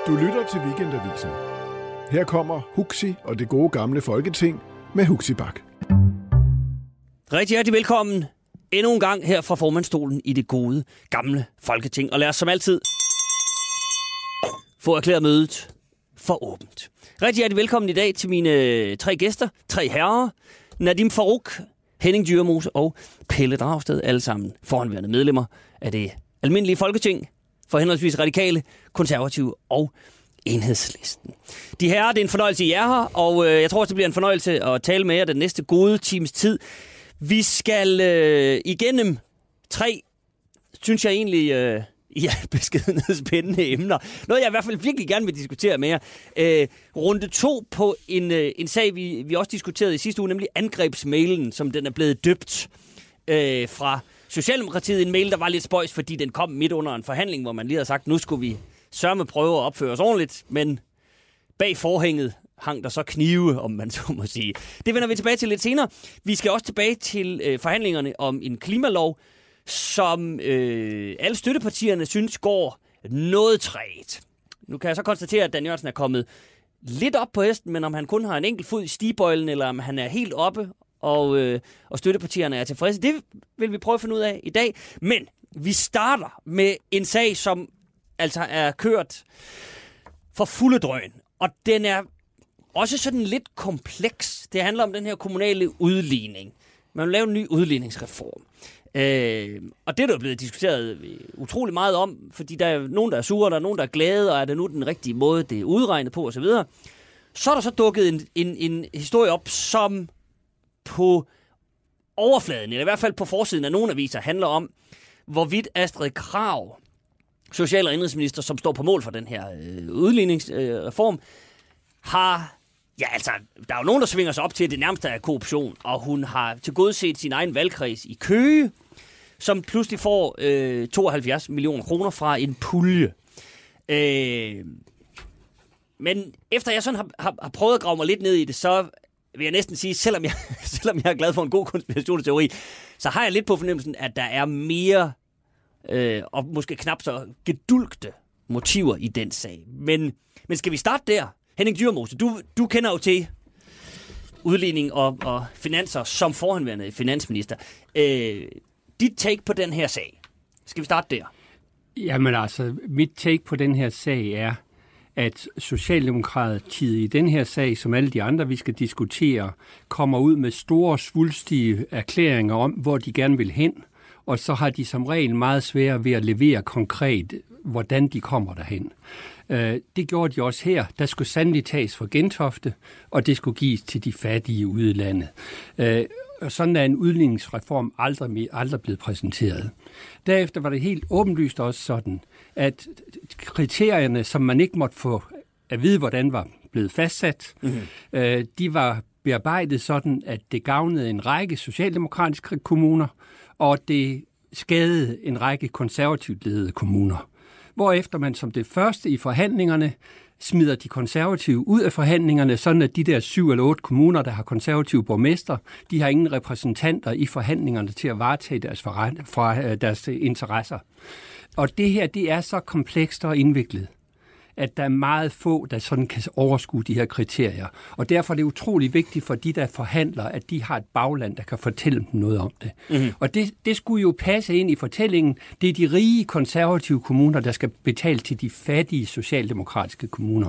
Du lytter til Weekendavisen. Her kommer Huxi og det gode gamle Folketing med Huxi Bak. Rigtig hjertelig velkommen endnu en gang her fra formandsstolen i det gode gamle Folketing. Og lad os som altid få erklæret mødet for åbent. Rigtig hjertelig velkommen i dag til mine tre gæster, tre herrer. Nadim Farooq, Henning Dyremose og Pelle Dragsted, alle sammen forhåndværende medlemmer af det almindelige Folketing for henholdsvis Radikale, Konservative og Enhedslisten. De herrer, det er en fornøjelse, I er her, og jeg tror også, det bliver en fornøjelse at tale med jer den næste gode times tid. Vi skal igennem tre, synes jeg egentlig, beskedne spændende emner. Noget, jeg i hvert fald virkelig gerne vil diskutere med jer. Runde 2 på en sag, vi også diskuterede i sidste uge, nemlig angrebsmailen, som den er blevet døbt fra Socialdemokratiet. En mail, der var lidt spøjs, fordi den kom midt under en forhandling, hvor man lige havde sagt, nu skulle vi sørme prøve at opføre os ordentligt, men bag forhænget hang der så knive, om man så må sige. Det vender vi tilbage til lidt senere. Vi skal også tilbage til forhandlingerne om en klimalov, som alle støttepartierne synes går noget trægt. Nu kan jeg så konstatere, at Dan Jørgensen er kommet lidt op på hesten, men om han kun har en enkelt fod i stigbøjlen, eller om han er helt oppe, og støttepartierne er tilfredse, det vil vi prøve at finde ud af i dag. Men vi starter med en sag, som altså er kørt for fulde drøn, og den er også sådan lidt kompleks. Det handler om den her kommunale udligning. Man vil lave en ny udligningsreform. Og det er der blevet diskuteret utrolig meget om, fordi der er nogen, der er sure, der er nogen, der er glade, og er det nu den rigtige måde, det er udregnet på osv. Så er der så dukket en historie op, som på overfladen, eller i hvert fald på forsiden af nogle aviser, handler om, hvorvidt Astrid Krag, social- og indenrigsminister, som står på mål for den her udligningsreform, har... Ja, altså, der er jo nogen, der svinger sig op til, at det nærmest er korruption, og hun har tilgodeset sin egen valgkreds i Køge, som pludselig får 72 millioner kroner fra en pulje. Men efter jeg sådan har prøvet at grave mig lidt ned i det, så vil jeg næsten sige, selvom jeg er glad for en god konspirationsteori, så har jeg lidt på fornemmelsen, at der er mere og måske knap så gedulgte motiver i den sag. Men skal vi starte der? Henning Dyremose, du kender jo til udligning og finanser som forhenværende finansminister. Dit take på den her sag. Skal vi starte der? Jamen altså, mit take på den her sag er, at Socialdemokratiet i den her sag, som alle de andre, vi skal diskutere, kommer ud med store, svulstige erklæringer om, hvor de gerne vil hen, og så har de som regel meget svære ved at levere konkret, hvordan de kommer derhen. Det gjorde de også her. Der skulle sandelig tages fra Gentofte, og det skulle gives til de fattige ude i landet. Sådan er en udligningsreform aldrig blevet præsenteret. Derefter var det helt åbenlyst også sådan, at kriterierne, som man ikke måtte få at vide, hvordan var blevet fastsat, de var bearbejdet sådan, at det gavnede en række socialdemokratiske kommuner, og det skadede en række konservativt ledede kommuner. Hvorefter man som det første i forhandlingerne smider de konservative ud af forhandlingerne, sådan at de der 7 eller 8 kommuner, der har konservative borgmester, de har ingen repræsentanter i forhandlingerne til at varetage deres interesser. Og det her, det er så komplekst og indviklet, at der er meget få, der sådan kan overskue de her kriterier. Og derfor er det utrolig vigtigt for de, der forhandler, at de har et bagland, der kan fortælle dem noget om det. Mm-hmm. Og det skulle jo passe ind i fortællingen. Det er de rige konservative kommuner, der skal betale til de fattige socialdemokratiske kommuner.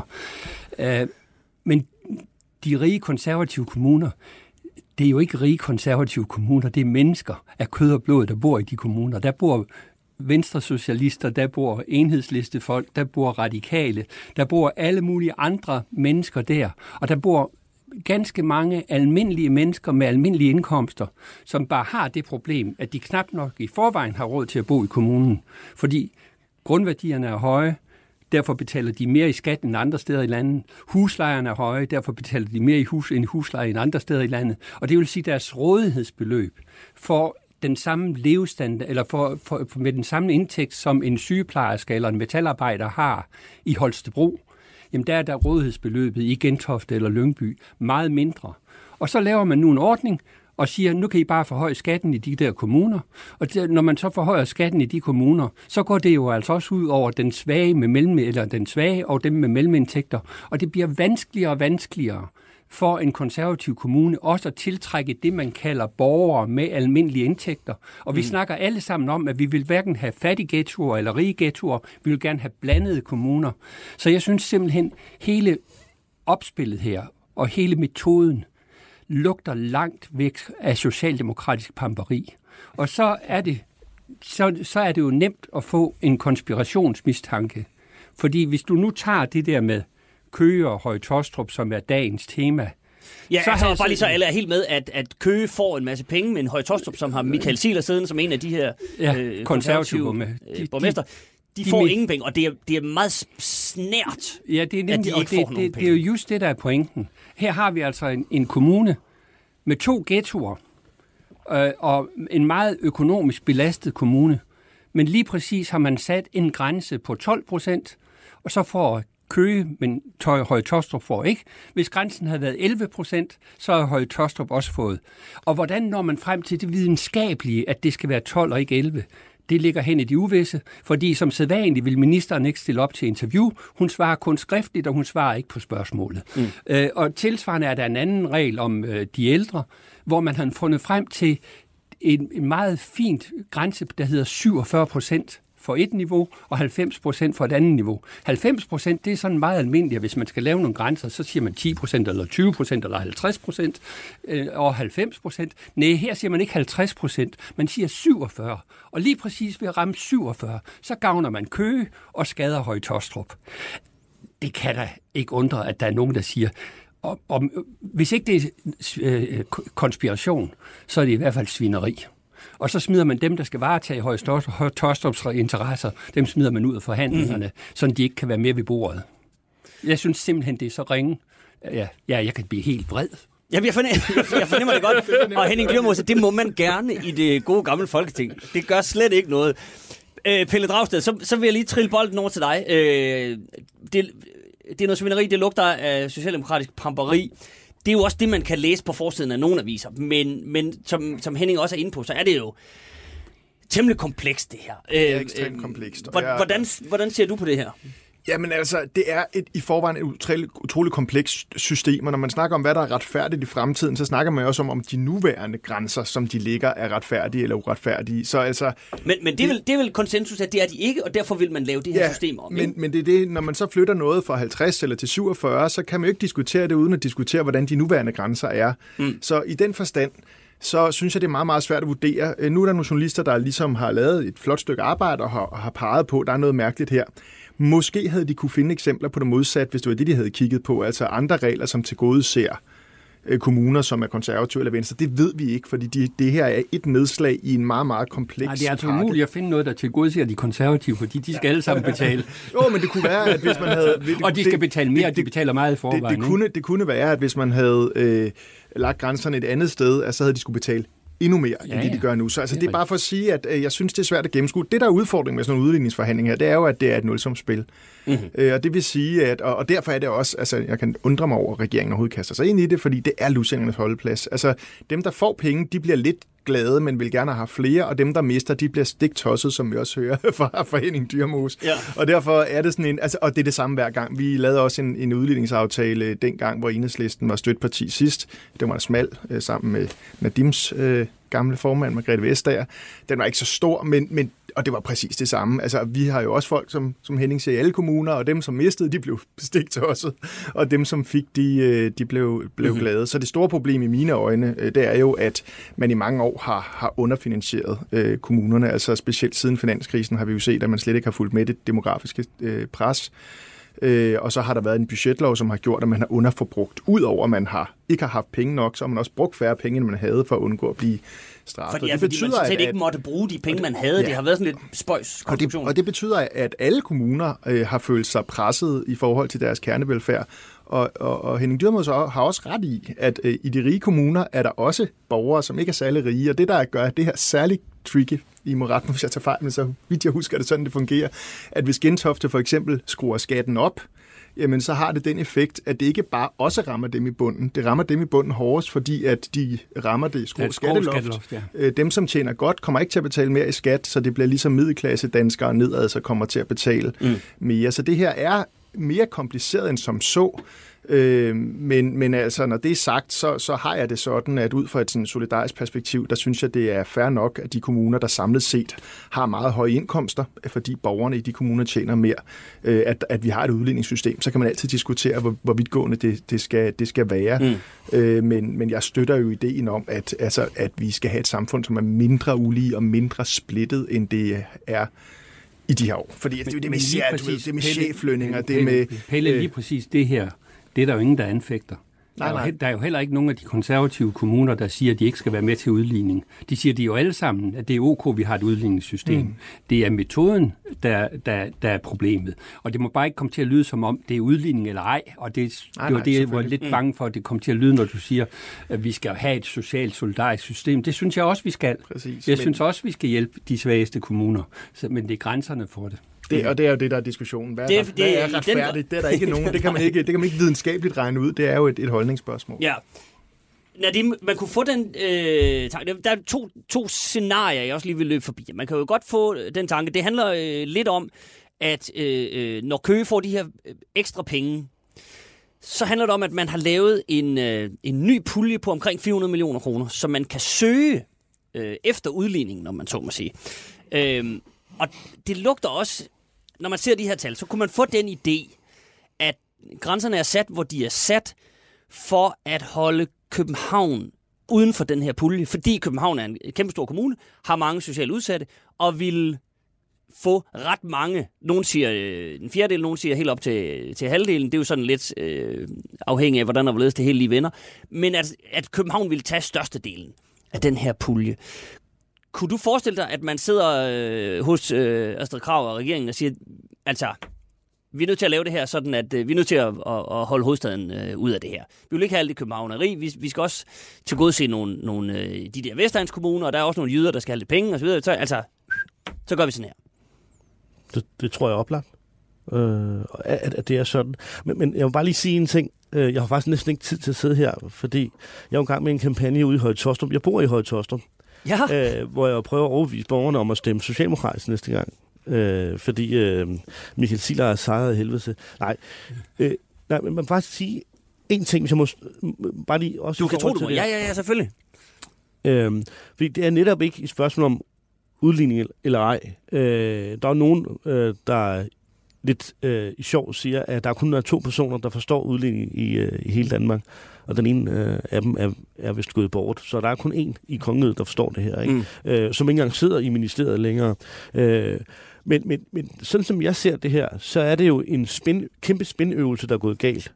Men de rige konservative kommuner, det er jo ikke rige konservative kommuner, det er mennesker af kød og blod, der bor i de kommuner. Der bor venstresocialister, der bor enhedslistefolk, der bor radikale, der bor alle mulige andre mennesker der, og der bor ganske mange almindelige mennesker med almindelige indkomster, som bare har det problem, at de knap nok i forvejen har råd til at bo i kommunen, fordi grundværdierne er høje, derfor betaler de mere i skat end andre steder i landet. Huslejerne er høje, derfor betaler de mere i husleje end andre steder i landet, og det vil sige, at deres rådighedsbeløb for den samme levestandard, eller for med den samme indtægt, som en sygeplejerske eller en metalarbejder har i Holstebro, jamen der er rådighedsbeløbet i Gentofte eller Lyngby meget mindre. Og så laver man nu en ordning, og siger, nu kan I bare forhøje skatten i de der kommuner. Og når man så forhøjer skatten i de kommuner, så går det jo altså også ud over den svage og dem med mellemindtægter. Og det bliver vanskeligere og vanskeligere for en konservativ kommune også at tiltrække det, man kalder borgere med almindelige indtægter. Og vi snakker alle sammen om, at vi vil hverken have fattige ghettoer eller rige ghettoer. Vi vil gerne have blandede kommuner. Så jeg synes simpelthen, hele opspillet her og hele metoden lugter langt væk af socialdemokratisk pamperi. Og så er det jo nemt at få en konspirationsmistanke. Fordi hvis du nu tager det der med Køge og Høje Taastrup, som er dagens tema. Ja, så altså, bare lige så alle er helt med, at Køge får en masse penge, men Høje Taastrup, som har Michael Ziegler siden som en af de her konservative borgmester, de får ingen penge, og det er meget snært, ja, det er nemlig, at de ikke får nogen penge. Det er jo just det, der er pointen. Her har vi altså en kommune med 2 ghettoer, og en meget økonomisk belastet kommune. Men lige præcis har man sat en grænse på 12%, og så får Køge, men Høje Taastrup får ikke. Hvis grænsen havde været 11%, så har Høje Taastrup også fået. Og hvordan når man frem til det videnskabelige, at det skal være 12 og ikke 11? Det ligger hen i de uvisse, fordi som sædvanligt vil ministeren ikke stille op til interview. Hun svarer kun skriftligt, og hun svarer ikke på spørgsmålet. Og tilsvarende er der en anden regel om de ældre, hvor man har fundet frem til en meget fint grænse, der hedder 47% for et niveau, og 90% for et andet niveau. 90% det er sådan meget almindeligt, hvis man skal lave nogle grænser, så siger man 10% eller 20% eller 50%, og 90%. Nej, her siger man ikke 50%, man siger 47%. Og lige præcis ved at ramme 47%, så gavner man Køge og skader Høje Taastrup. Det kan da ikke undre, at der er nogen, der siger, og hvis ikke det er konspiration, så er det i hvert fald svineri. Og så smider man dem, der skal varetage Høje Taastrups interesser, dem smider man ud af forhandlingerne, så de ikke kan være mere ved bordet. Jeg synes simpelthen, det er så ringe. Ja, jeg kan blive helt vred. Jamen, jeg fornemmer det godt. Og Henning Dyremose, det må man gerne i det gode gamle Folketing. Det gør slet ikke noget. Pelle Dragsted, så vil jeg lige trille bolden over til dig. Det er noget svineri, det lugter af socialdemokratisk pamperi. Det er jo også det, man kan læse på forsiden af nogle aviser. Men som Henning også er inde på, så er det jo temmelig komplekst, det her. Det er ekstremt komplekst. Hvordan ser du på det her? Jamen altså, det er i forvejen et utroligt komplekst system, og når man snakker om, hvad der er retfærdigt i fremtiden, så snakker man jo også om de nuværende grænser, som de ligger, er retfærdige eller uretfærdige. Så altså, men det er vel konsensus, at det er de ikke, og derfor vil man lave det her system om. Men det er det, når man så flytter noget fra 50 eller til 47, så kan man jo ikke diskutere det, uden at diskutere, hvordan de nuværende grænser er. Så i den forstand, så synes jeg, det er meget, meget svært at vurdere. Nu er der nogle journalister, der ligesom har lavet et flot stykke arbejde og har peget på, at der er noget mærkeligt her. Måske havde de kunne finde eksempler på det modsatte, hvis det var det, de havde kigget på. Altså andre regler, som tilgodeser kommuner, som er konservative eller venstre. Det ved vi ikke, fordi det her er et nedslag i en meget, meget kompleks pakke. Det er altså umuligt at finde noget, der tilgodeser de konservative, fordi de skal alle sammen betale. Jo, men det kunne være, at hvis man havde... og de skal betale mere, de betaler meget i forvejen. Det kunne være, at hvis man havde lagt grænserne et andet sted, så havde de skulle betale endnu mere, end det de gør nu. Så altså, det er bare for at sige, at jeg synes, det er svært at gennemskue. Det, der er udfordringen med sådan en udligningsforhandling her, det er jo, at det er et nulsumsspil. Og det vil sige, at og derfor er det også, altså jeg kan undre mig over, at regeringen overhovedet kaster sig ind i det, fordi det er lussingernes holdeplads. Altså dem, der får penge, de bliver lidt glade, men vil gerne have flere, og dem, der mister, de bliver stiktosset, som vi også hører fra Henning Dyremose. Ja. Og derfor er det sådan en, altså, og det er det samme hver gang. Vi lavede også en udligningsaftale dengang, hvor Enhedslisten var støtteparti sidst. Det var smal sammen med Nadims gamle formand, Margrethe Vestager. Den var ikke så stor, men og det var præcis det samme. Altså, vi har jo også folk, som Henning siger, i alle kommuner, og dem, som mistede, de blev stiktosset, og dem, som fik, de blev glade. Så det store problem i mine øjne, det er jo, at man i mange år har underfinansieret kommunerne. Altså specielt siden finanskrisen har vi jo set, at man slet ikke har fulgt med det demografiske pres. Og så har der været en budgetlov, som har gjort, at man har underforbrugt. Udover at man ikke har haft penge nok, så har man også brugt færre penge, end man havde, for at undgå at blive straffet. Fordi man sådan ikke måtte bruge de penge, man havde. Det har været sådan lidt spøjs konstruktion. Og det betyder, at alle kommuner har følt sig presset i forhold til deres kernevelfærd. Og Henning Dyremose har også ret i, at i de rige kommuner er der også borgere, som ikke er særlig rige. Og det, der gør det her særligt tricky, I må rette mig, hvis jeg tager fejl, men så vidt jeg husker det sådan, det fungerer, at hvis Gentofte for eksempel skruer skatten op, jamen så har det den effekt, at det ikke bare også rammer dem i bunden. Det rammer dem i bunden hårdest, fordi at de rammer det skrå skatteloft. Ja. Dem, som tjener godt, kommer ikke til at betale mere i skat, så det bliver ligesom middelklasse danskere nedad, så kommer til at betale mere. Så det her er mere kompliceret end som så. Men altså, når det er sagt, så har jeg det sådan, at ud fra et sådan solidarisk perspektiv, der synes jeg, det er fair nok, at de kommuner, der samlet set har meget høje indkomster, fordi borgerne i de kommuner tjener mere, at vi har et udligningssystem. Så kan man altid diskutere, hvor vidtgående det skal være. Men jeg støtter jo ideen om, at vi skal have et samfund, som er mindre ulige og mindre splittet, end det er i de her år. Fordi det er det med det med cheflønninger, det med... Pelle, lige præcis det her, det er der jo ingen, der anfægter. Nej. Der er jo heller ikke nogen af de konservative kommuner, der siger, at de ikke skal være med til udligning. De siger, de jo alle sammen, at det er ok, vi har et udligningssystem. Det er metoden, der er problemet. Og det må bare ikke komme til at lyde som om, det er udligning eller ej. Og det var det, jeg var lidt bange for, at det kom til at lyde, når du siger, at vi skal have et socialt solidarisk system. Det synes jeg også, vi skal. Præcis, jeg synes også, vi skal hjælpe de svageste kommuner. Men det er grænserne for det. Og det er jo det, der er diskussionen. Hvad er retfærdigt? Det er der ikke nogen. Det kan man ikke videnskabeligt regne ud. Det er jo et holdningsspørgsmål. Ja. Nadim, man kunne få den tanke. Der er to scenarier, jeg også lige vil løbe forbi. Man kan jo godt få den tanke. Det handler lidt om, at når Køge får de her ekstra penge, så handler det om, at man har lavet en ny pulje på omkring 400 millioner kroner, som man kan søge efter udligningen, når man så må sige. Og det lugter også, når man ser de her tal, så kunne man få den idé, at grænserne er sat, hvor de er sat for at holde København uden for den her pulje, fordi København er en kæmpe stor kommune, har mange socialt udsatte, og vil få ret mange. Nogen siger en fjerdedel, nogen siger helt op til halvdelen. Det er jo sådan lidt afhængig af, hvordan og hvorledes det hele lige vender. Men at København vil tage størstedelen af den her pulje. Kunne du forestille dig, at man sidder hos Astrid Krag og regeringen og siger, altså, vi er nødt til at lave det her, sådan at vi er nødt til at holde hovedstaden ud af det her. Vi vil ikke have alt det københavneri. Vi skal også tilgodese nogle de der Vestegnskommuner, og der er også nogle jyder, der skal have lidt penge osv. Så gør vi sådan her. Det tror jeg er oplagt, at det er sådan. Men jeg vil bare lige sige en ting. Jeg har faktisk næsten ikke tid til at sidde her, fordi jeg er i gang med en kampagne ude i Høje Taastrup. Jeg bor i Høje Taastrup. Ja. Hvor jeg prøver at overbevise borgerne om at stemme socialdemokratisk næste gang. Fordi Michael Ziegler er sejret af helvede. Nej, men man kan faktisk sige en ting, hvis jeg må bare lige også... Du kan tro, du må. Ja, selvfølgelig. Fordi det er netop ikke et spørgsmål om udligning eller ej. Der er nogen, der lidt sjov siger, at der kun er 2 personer, der forstår udligning i hele Danmark. Og den ene af dem er vist gået bort. Så der er kun én i kongeriget, der forstår det her, ikke? Som ikke engang sidder i ministeriet længere. Men sådan som jeg ser det her, så er det jo en kæmpe spinøvelse, der er gået galt.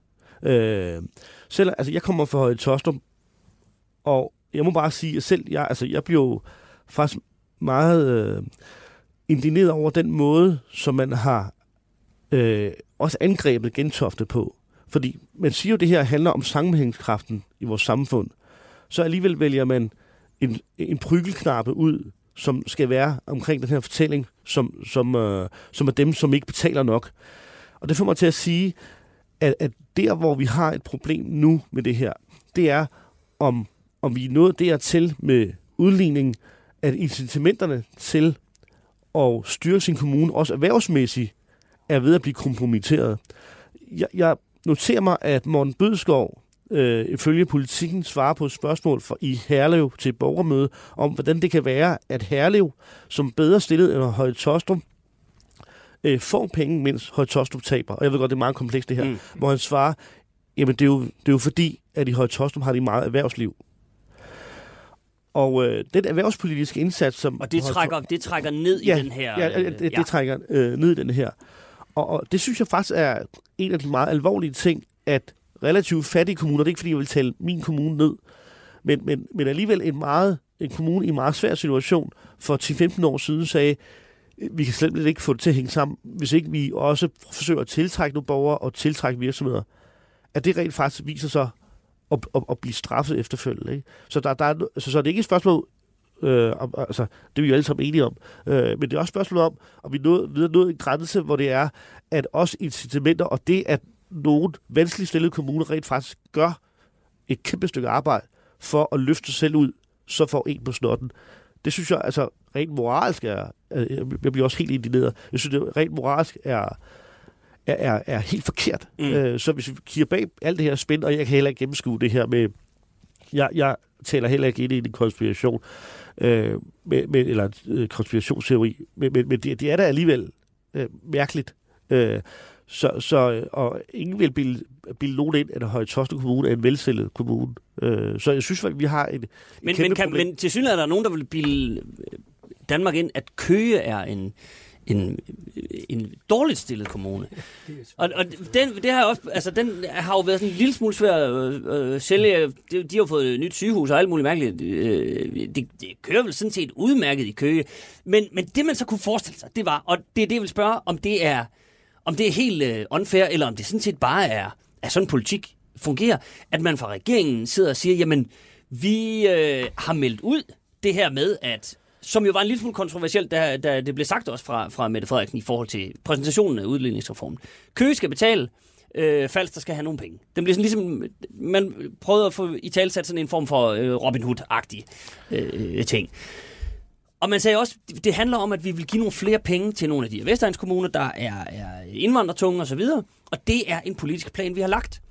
Jeg kommer fra Høje Taastrup, og jeg må bare sige, at selv jeg bliver faktisk meget indigneret over den måde, som man har også angrebet Gentofte på. Fordi man siger jo, at det her handler om sammenhængskraften i vores samfund. Så alligevel vælger man en prygelknappe ud, som skal være omkring den her fortælling, som er dem, som ikke betaler nok. Og det får mig til at sige, at der, hvor vi har et problem nu med det her, det er, om vi er nået dertil med udligning, at incitamenterne til at styre sin kommune, også erhvervsmæssigt, er ved at blive kompromitteret. Jeg noterer mig, at Morten Bødskov ifølge Politikken svarer på et spørgsmål i Herlev til et borgermøde om, hvordan det kan være, at Herlev, som bedre stillet end Høje Taastrup, får penge, mens Høje Taastrup taber. Og jeg ved godt, det er meget komplekst det her. Hvor han svarer, jamen det er jo fordi, at i Høje Taastrup har de meget erhvervsliv. Og den erhvervspolitiske indsats, som... Og det trækker ned i den her... Det trækker ned i den her. Og det synes jeg faktisk er en af de meget alvorlige ting, at relativt fattige kommuner, det er ikke fordi, jeg vil tale min kommune ned, men alligevel en kommune i en meget svær situation for 10-15 år siden sagde, vi kan slet ikke få det til at hænge sammen, hvis ikke vi også forsøger at tiltrække nogle borgere og tiltrække virksomheder. At det rent faktisk viser sig at blive straffet efterfølgende. Ikke? Så så er det ikke et spørgsmål, det er vi jo alle sammen enige om, men det er også et spørgsmål om, at vi er nået en grænse, hvor det er, at også incitamenter og det, nogle vanskeligt stillede kommuner rent faktisk gør et kæmpe stykke arbejde for at løfte sig selv ud, så får en på snotten. Det synes jeg altså rent moralsk jeg bliver også helt indigneret. Jeg synes, det rent moralsk er helt forkert. Så hvis vi kigger bag alt det her spænd, og jeg kan heller ikke gennemskue det her med, jeg taler heller ikke ind i en konspiration, eller konspirationsteori, men det er da alligevel mærkeligt. Og ingen vil bilde nogen ind, at Høje Taastrup Kommune er en velstillet kommune. Så jeg synes, at vi har et kæmpe problem. Men til synligheden er der nogen, der vil bilde Danmark ind, at Køge er en dårligt stillet kommune. Og det har også, altså den har jo været sådan en lille smule svær at sælge. De har jo fået et nyt sygehus og alt muligt mærkeligt. Det kører vel sådan set udmærket i Køge. Men det man så kunne forestille sig, det var, og det er det, jeg vil spørge, om det er helt unfair, eller om det sådan set bare er sådan politik fungerer, at man fra regeringen sidder og siger, jamen, vi har meldt ud det her med, at som jo var en lille smule kontroversielt, da det blev sagt også fra Mette Frederiksen i forhold til præsentationen af udligningsreformen. Køge skal betale, Falster skal have nogle penge. Det bliver sådan ligesom, man prøvede at få i talsat sådan en form for Robin Hood-agtig ting. Og man sagde også, det handler om, at vi vil give nogle flere penge til nogle af de her vestegnskommuner, der er indvandrertunge osv., og det er en politisk plan, vi har lagt.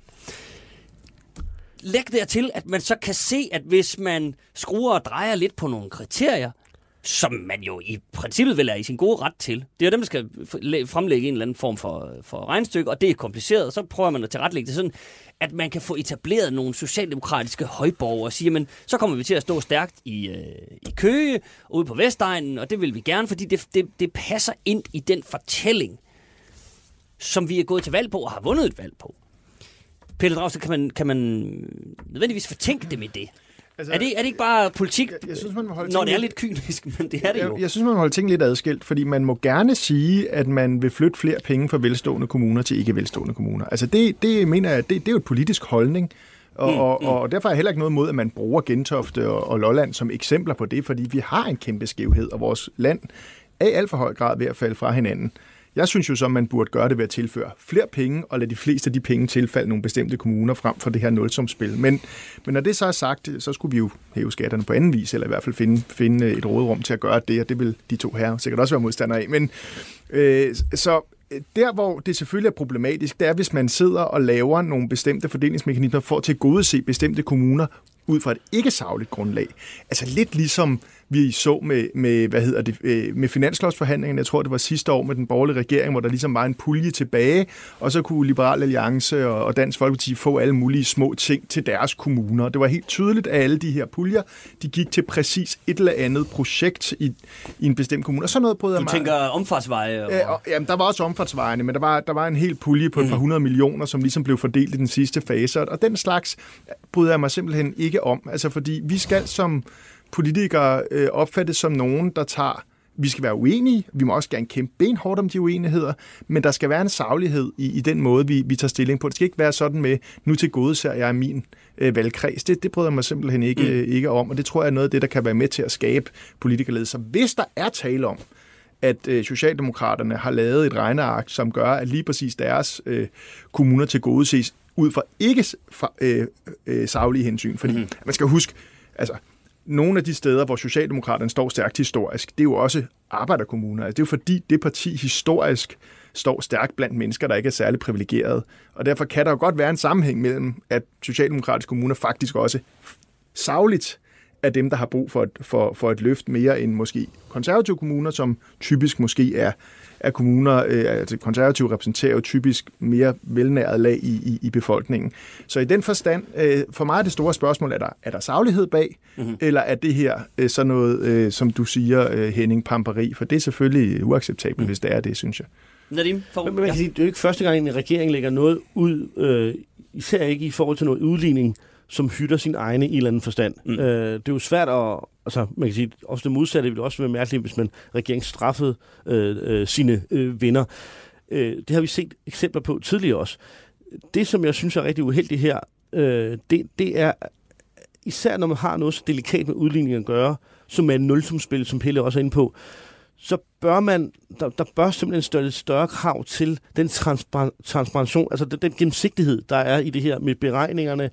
Læg dertil, at man så kan se, at hvis man skruer og drejer lidt på nogle kriterier, som man jo i princippet vil er i sin gode ret til. Det er dem, der skal fremlægge en eller anden form for regnestykke, og det er kompliceret, så prøver man at tilrettelægge det sådan, at man kan få etableret nogle socialdemokratiske højborger og sige, men så kommer vi til at stå stærkt i Køge, ude på Vestegnen, og det vil vi gerne, fordi det passer ind i den fortælling, som vi er gået til valg på og har vundet et valg på. Pelle Dragsted, kan man nødvendigvis fortænke det med det? Altså, er det ikke bare politik, jeg synes, man må holde når det er lidt kynisk, men det er det jo? Jeg synes, man må holde ting lidt adskilt, fordi man må gerne sige, at man vil flytte flere penge fra velstående kommuner til ikke-velstående kommuner. Altså det mener jeg, det er jo et politisk holdning, og derfor er heller ikke noget mod, at man bruger Gentofte og Lolland som eksempler på det, fordi vi har en kæmpe skævhed, og vores land er i alt for høj grad ved at falde fra hinanden. Jeg synes jo så, at man burde gøre det ved at tilføre flere penge, og lade de fleste af de penge tilfalde nogle bestemte kommuner frem for det her nulsumsspil. Men når det så er sagt, så skulle vi jo hæve skatterne på anden vis, eller i hvert fald finde et råderum til at gøre det, og det vil de to herrer sikkert også være modstandere af. Men så der, hvor det selvfølgelig er problematisk, det er, hvis man sidder og laver nogle bestemte fordelingsmekanismer for at tilgodese bestemte kommuner ud fra et ikke-sagligt grundlag. Altså lidt ligesom vi så med finanslovsforhandlingerne, jeg tror det var sidste år med den borgerlige regering, hvor der ligesom var en pulje tilbage, og så kunne Liberal Alliance og Dansk Folkeparti få alle mulige små ting til deres kommuner. Det var helt tydeligt, at alle de her puljer, de gik til præcis et eller andet projekt i en bestemt kommune. Og så noget på du tænker omfartsveje? Jamen, der var også omfartsvejene, men der var en hel pulje på et par 100 millioner, som ligesom blev fordelt i den sidste fase, og den slags bryder jeg mig simpelthen ikke om. Altså, fordi vi skal som politikere opfattes som nogen, der tager, vi skal være uenige, vi må også gerne kæmpe benhårdt om de uenigheder, men der skal være en saglighed i den måde, vi tager stilling på. Det skal ikke være sådan med, nu tilgodeser jeg min valgkreds. Det bryder jeg mig simpelthen ikke om, og det tror jeg er noget af det, der kan være med til at skabe politikerledelse. Så hvis der er tale om, at Socialdemokraterne har lavet et regneark, som gør, at lige præcis deres kommuner tilgodeses ud fra ikke saglige hensyn, fordi man skal huske, altså nogle af de steder, hvor Socialdemokraterne står stærkt historisk, det er jo også arbejderkommuner. Altså, det er jo fordi, det parti historisk står stærkt blandt mennesker, der ikke er særlig privilegerede. Og derfor kan der jo godt være en sammenhæng mellem, at socialdemokratiske kommuner faktisk også sagligt er dem, der har brug for et løft mere end måske konservative kommuner, som typisk måske er kommuner, altså konservative repræsenterer jo typisk mere velnæret lag i befolkningen. Så i den forstand, for mig er det store spørgsmål, er der saglighed bag, eller er det her sådan noget, som du siger, Henning, pamperi? For det er selvfølgelig uacceptabelt, hvis det er det, synes jeg. Men man kan sige, det er jo ikke første gang, en regering lægger noget ud, især ikke i forhold til noget udligning, som hytter sin egne i en eller anden forstand. Det er jo svært at, altså man kan sige, også det modsatte ville også være mærkeligt, hvis man regeringen straffede sine venner. Det har vi set eksempler på tidligere også. Det, som jeg synes er rigtig uheldigt her, det er, især når man har noget så delikat med udligning at gøre, som er en nulsumsspil, som Pelle også er inde på, så der bør simpelthen stille større krav til den transparention, altså den gennemsigtighed, der er i det her med beregningerne,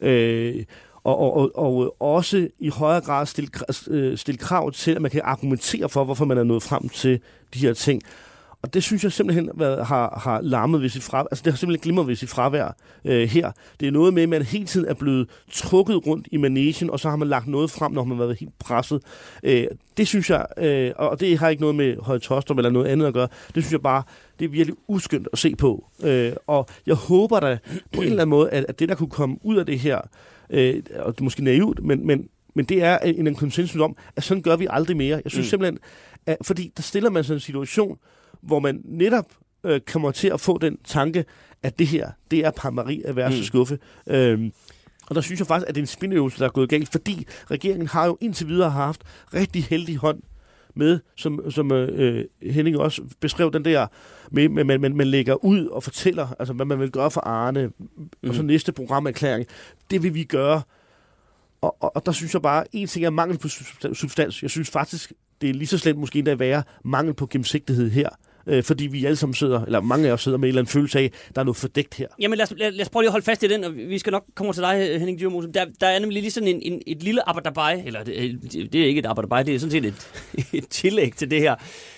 og også i højere grad stille krav til, at man kan argumentere for, hvorfor man er nået frem til de her ting. Og det synes jeg simpelthen har larmet ved sit fravær. Altså det har simpelthen glimret ved sit fravær her. Det er noget med, at man hele tiden er blevet trukket rundt i managen, og så har man lagt noget frem, når man har været helt presset. Det synes jeg, og det har ikke noget med Høje Taastrup eller noget andet at gøre, det synes jeg bare, det er virkelig uskyndt at se på. Og jeg håber da på en eller anden måde, at det, der kunne komme ud af det her, og det er måske naivt, men det er en konsensus om, at sådan gør vi aldrig mere. Jeg synes simpelthen, at, fordi der stiller man sådan en situation, hvor man netop kommer til at få den tanke, at det her, det er pamperi af værste skuffe. Og der synes jeg faktisk, at det er en spinøvelse, der er gået galt, fordi regeringen har jo indtil videre haft rigtig heldig hånd med, som Henning også beskrev den der, med man lægger ud og fortæller, altså hvad man vil gøre for Arne, og så næste programerklæring, det vil vi gøre. Og der synes jeg bare, en ting er mangel på substans. Jeg synes faktisk, det er lige så slemt måske endda at være mangel på gennemsigtighed her. Fordi vi alle sammen sidder, eller mange af os sidder med en eller anden følelse af, at der er noget fordækt her. Jamen lad os prøve lige at holde fast i den, og vi skal nok komme til dig, Henning Dyremose. Der er nemlig lige sådan et lille arbejderbej, eller det er ikke et arbejderbej, det er sådan set et tillæg til det her.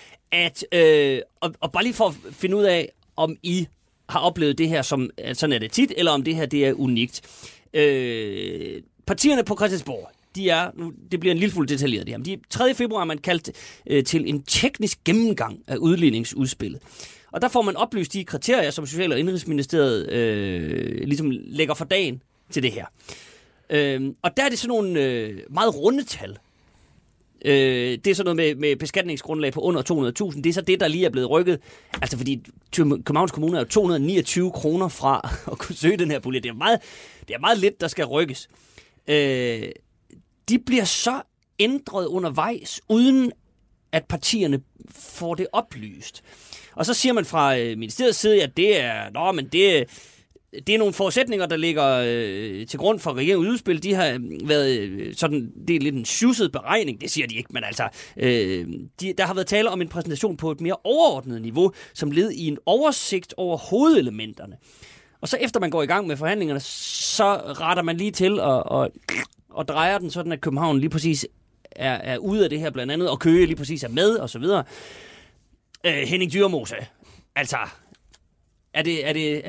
Og bare lige for at finde ud af, om I har oplevet det her som, sådan er det tit, eller om det her det er unikt. Partierne på Christiansborg, det bliver en lille smule detaljeret det her. 3. februar har man kaldt til en teknisk gennemgang af udligningsudspillet. Og der får man oplyst de kriterier, som Social- og Indenrigsministeriet ligesom lægger for dagen til det her. Og der er det sådan nogle meget runde tal. Det er sådan noget med beskatningsgrundlag på under 200.000. Det er så det, der lige er blevet rykket. Altså fordi Københavns Kommune er jo 229 kroner fra at kunne søge den her pulje. Det er meget lidt, der skal rykkes. De bliver så ændret undervejs, uden at partierne får det oplyst. Og så siger man fra ministeriets side, at det er nogle forudsætninger, der ligger til grund for regeringens udspil. De har været sådan, det er lidt en sjusset beregning, det siger de ikke, men altså, der har været tale om en præsentation på et mere overordnet niveau, som led i en oversigt over hovedelementerne. Og så efter man går i gang med forhandlingerne, så retter man lige til og drejer den sådan, at København lige præcis er ude af det her blandt andet, og Køge lige præcis er med, og så videre. Henning Dyremose, altså, er det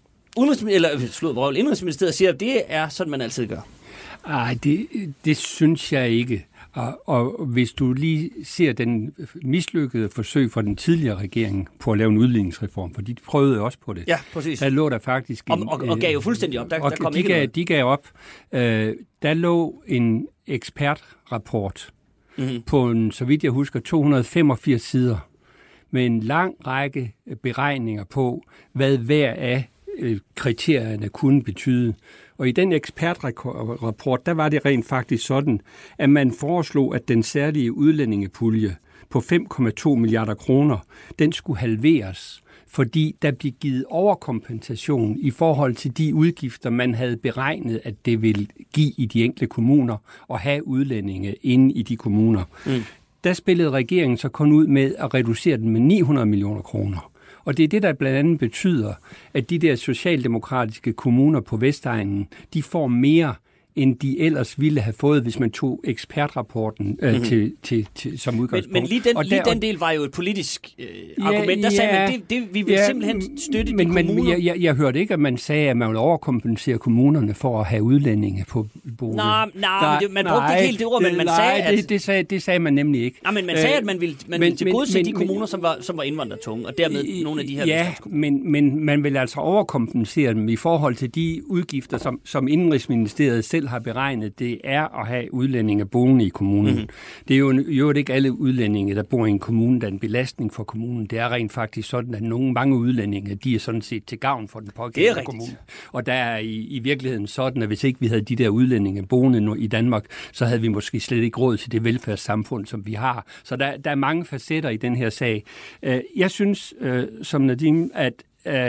Indenrigsministeriet siger, at det er sådan, man altid gør? Ej, det synes jeg ikke. Og hvis du lige ser den mislykkede forsøg fra den tidligere regering på at lave en udligningsreform, for de prøvede også på det. Ja, præcis. Der lå der faktisk og gav jo fuldstændig op. Der kom ikke noget. De gav op. Der lå en ekspertrapport på så vidt jeg husker, 285 sider med en lang række beregninger på, hvad hver af kriterierne kunne betyde. Og i den ekspertrapport, der var det rent faktisk sådan, at man foreslog, at den særlige udlændingepulje på 5,2 milliarder kroner, den skulle halveres, fordi der blev givet overkompensation i forhold til de udgifter, man havde beregnet, at det ville give i de enkelte kommuner og have udlændinge inde i de kommuner. Der spillede regeringen så kun ud med at reducere den med 900 millioner kroner. Og det er det, der blandt andet betyder, at de der socialdemokratiske kommuner på Vestegnen, de får mere, end de ellers ville have fået, hvis man tog ekspertrapporten til som udgangspunkt. Men lige den del var jo et politisk argument. Der sagde man, vi vil simpelthen støtte de kommuner. Jeg hørte ikke, at man sagde, at man ville overkompensere kommunerne for at have udlændinge på bolig. Nej, man brugte ikke helt det ord, men man sagde, at... Det sagde man nemlig ikke. Nej, men man sagde, at man ville tilgodese de kommuner, som var indvandrertunge, og dermed nogle af de her... Ja, men man vil altså overkompensere dem i forhold til de udgifter, som Indenrigsministeriet selv har beregnet, det er at have udlændinge boende i kommunen. Det er jo ikke alle udlændinge, der bor i en kommune, der er en belastning for kommunen. Det er rent faktisk sådan, at mange udlændinge, de er sådan set til gavn for den pågældende kommune. Og der er i virkeligheden sådan, at hvis ikke vi havde de der udlændinge boende i Danmark, så havde vi måske slet ikke råd til det velfærdssamfund, som vi har. Så der er mange facetter i den her sag. Jeg synes, som Nadim, at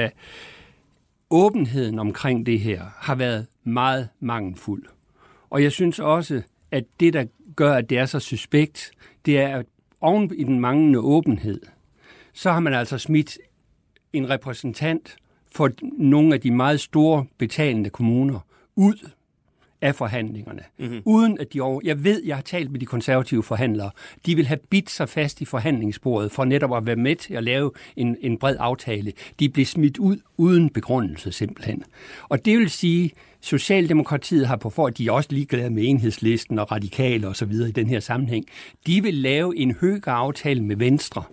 åbenheden omkring det her har været meget mangelfuld. Og jeg synes også, at det, der gør, at det er så suspekt, det er, at oven i den manglende åbenhed, så har man altså smidt en repræsentant for nogle af de meget store betalende kommuner ud af forhandlingerne. Mm-hmm. Uden at jeg har talt med de konservative forhandlere, de vil have bidt sig fast i forhandlingsbordet for netop at være med til at lave en bred aftale. De blev smidt ud uden begrundelse simpelthen. Og det vil sige, Socialdemokratiet har på for, de er også ligeglade med Enhedslisten og radikale og så videre i den her sammenhæng. De vil lave en højere aftale med Venstre.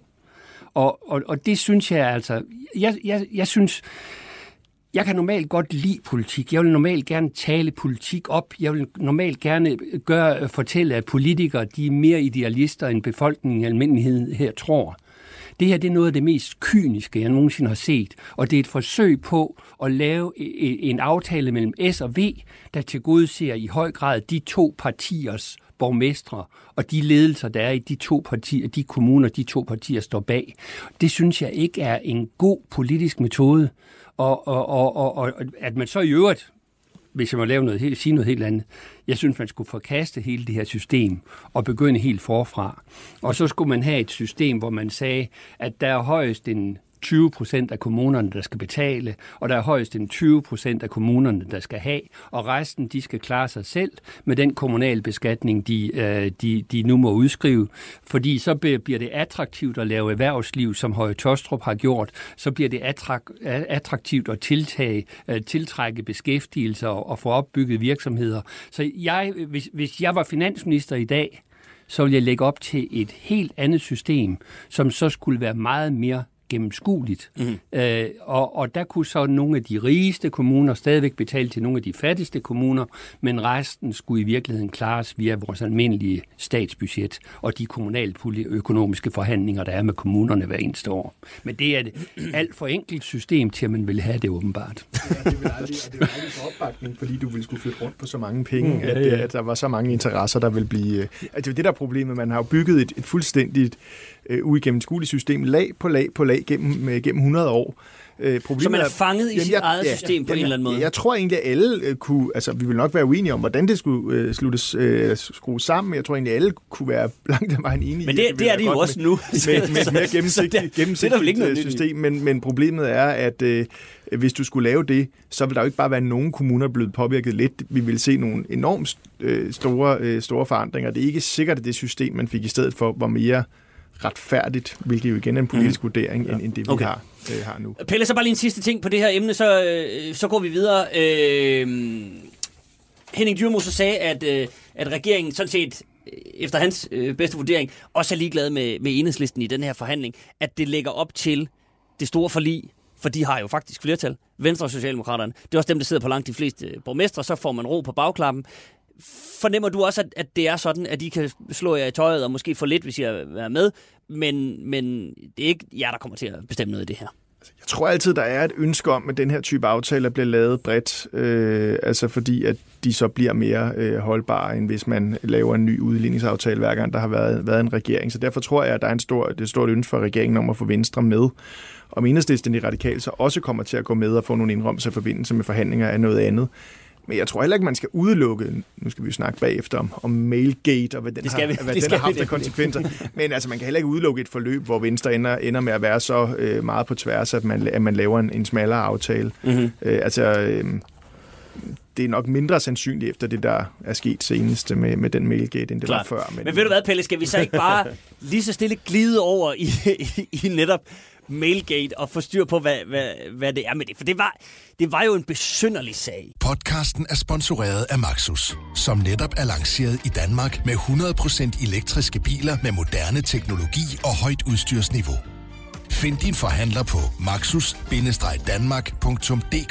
Og det synes jeg altså, jeg synes, jeg kan normalt godt lide politik. Jeg vil normalt gerne tale politik op. Jeg vil normalt gerne fortælle, at politikere de er mere idealister, end befolkningen i almindelighed her tror. Det her det er noget af det mest kyniske, jeg nogensinde har set. Og det er et forsøg på at lave en aftale mellem S og V, der tilgodeser i høj grad de to partiers borgmestre og de ledelser, der er i de to partier, de kommuner, de to partier står bag. Det synes jeg ikke er en god politisk metode. Og at man så i øvrigt, hvis jeg må sige noget helt andet, jeg synes, man skulle forkaste hele det her system og begynde helt forfra. Og så skulle man have et system, hvor man sagde, at der er højst en 20% af kommunerne, der skal betale, og der er højst en 20% af kommunerne, der skal have, og resten, de skal klare sig selv med den kommunale beskatning, de nu må udskrive, fordi så bliver det attraktivt at lave erhvervsliv, som Høje Taastrup har gjort, så bliver det attraktivt at tiltrække beskæftigelser og få opbygget virksomheder. Så hvis jeg var finansminister i dag, så ville jeg lægge op til et helt andet system, som så skulle være meget mere gennemskueligt. Og der kunne så nogle af de rigeste kommuner stadigvæk betale til nogle af de fattigste kommuner, men resten skulle i virkeligheden klares via vores almindelige statsbudget og de kommunale økonomiske forhandlinger, der er med kommunerne hver eneste år. Men det er et alt for enkelt system til, at man vil have det åbenbart. Ja, det vil aldrig få opbakning, fordi du ville skulle flytte rundt på så mange penge, at der var så mange interesser, der vil blive... det er det, der er problemet. Man har jo bygget et fuldstændigt uigennemskueligt system, lag på lag på lag gennem 100 år. Så man er fanget i sit eget system på en eller anden måde? Jeg tror egentlig, at alle kunne... Altså, vi vil nok være uenige om, hvordan det skulle skrues sammen. Jeg tror egentlig, at alle kunne være langt af vejen enige. Men det er de jo også nu. Med et mere gennemsigtigt system. Men problemet er, at hvis du skulle lave det, så vil der jo ikke bare være nogen kommuner blevet påvirket lidt. Vi vil se nogle enormt store forandringer. Det er ikke sikkert, at det system, man fik i stedet for, var mere retfærdigt, hvilket jo igen er en politisk vurdering, end det vi har nu. Pelle, så bare lige en sidste ting på det her emne, så går vi videre. Henning Dyremose sagde, at regeringen sådan set, efter hans bedste vurdering, også er ligeglad med Enhedslisten i den her forhandling, at det lægger op til det store forlig, for de har jo faktisk flertal, Venstre og Socialdemokraterne. Det er også dem, der sidder på langt de fleste borgmestre, så får man ro på bagklappen. Fornemmer du også, at det er sådan, at de kan slå jer i tøjet og måske få lidt, hvis I er med, men det er ikke jer, der kommer til at bestemme noget af det her? Jeg tror altid, der er et ønske om, at den her type aftaler bliver lavet bredt, altså fordi at de så bliver mere holdbare, end hvis man laver en ny udligningsaftale, hver gang der har været en regering. Så derfor tror jeg, at der er et stort ønske for regeringen om at få Venstre med. Om Enhedslisten i Radikale så også kommer til at gå med og få nogle indrømmelser i forbindelse med forhandlinger af noget andet. Men jeg tror heller ikke, man skal udelukke, nu skal vi jo snakke bagefter om Mailgate og hvad den har haft af konsekvenser. Men altså, man kan heller ikke udelukke et forløb, hvor Venstre ender med at være så meget på tværs, at man laver en smallere aftale. Mm-hmm. Det er nok mindre sandsynligt efter det, der er sket senest med den Mailgate, end det var før. Men ved du hvad, Pelle, skal vi så ikke bare lige så stille glide over i netop Mailgate og få styr på, hvad det er med det? For det var jo en besynderlig sag. Podcasten er sponsoreret af Maxus, som netop er lanceret i Danmark med 100% elektriske biler med moderne teknologi og højt udstyrsniveau. Find din forhandler på maxus-danmark.dk.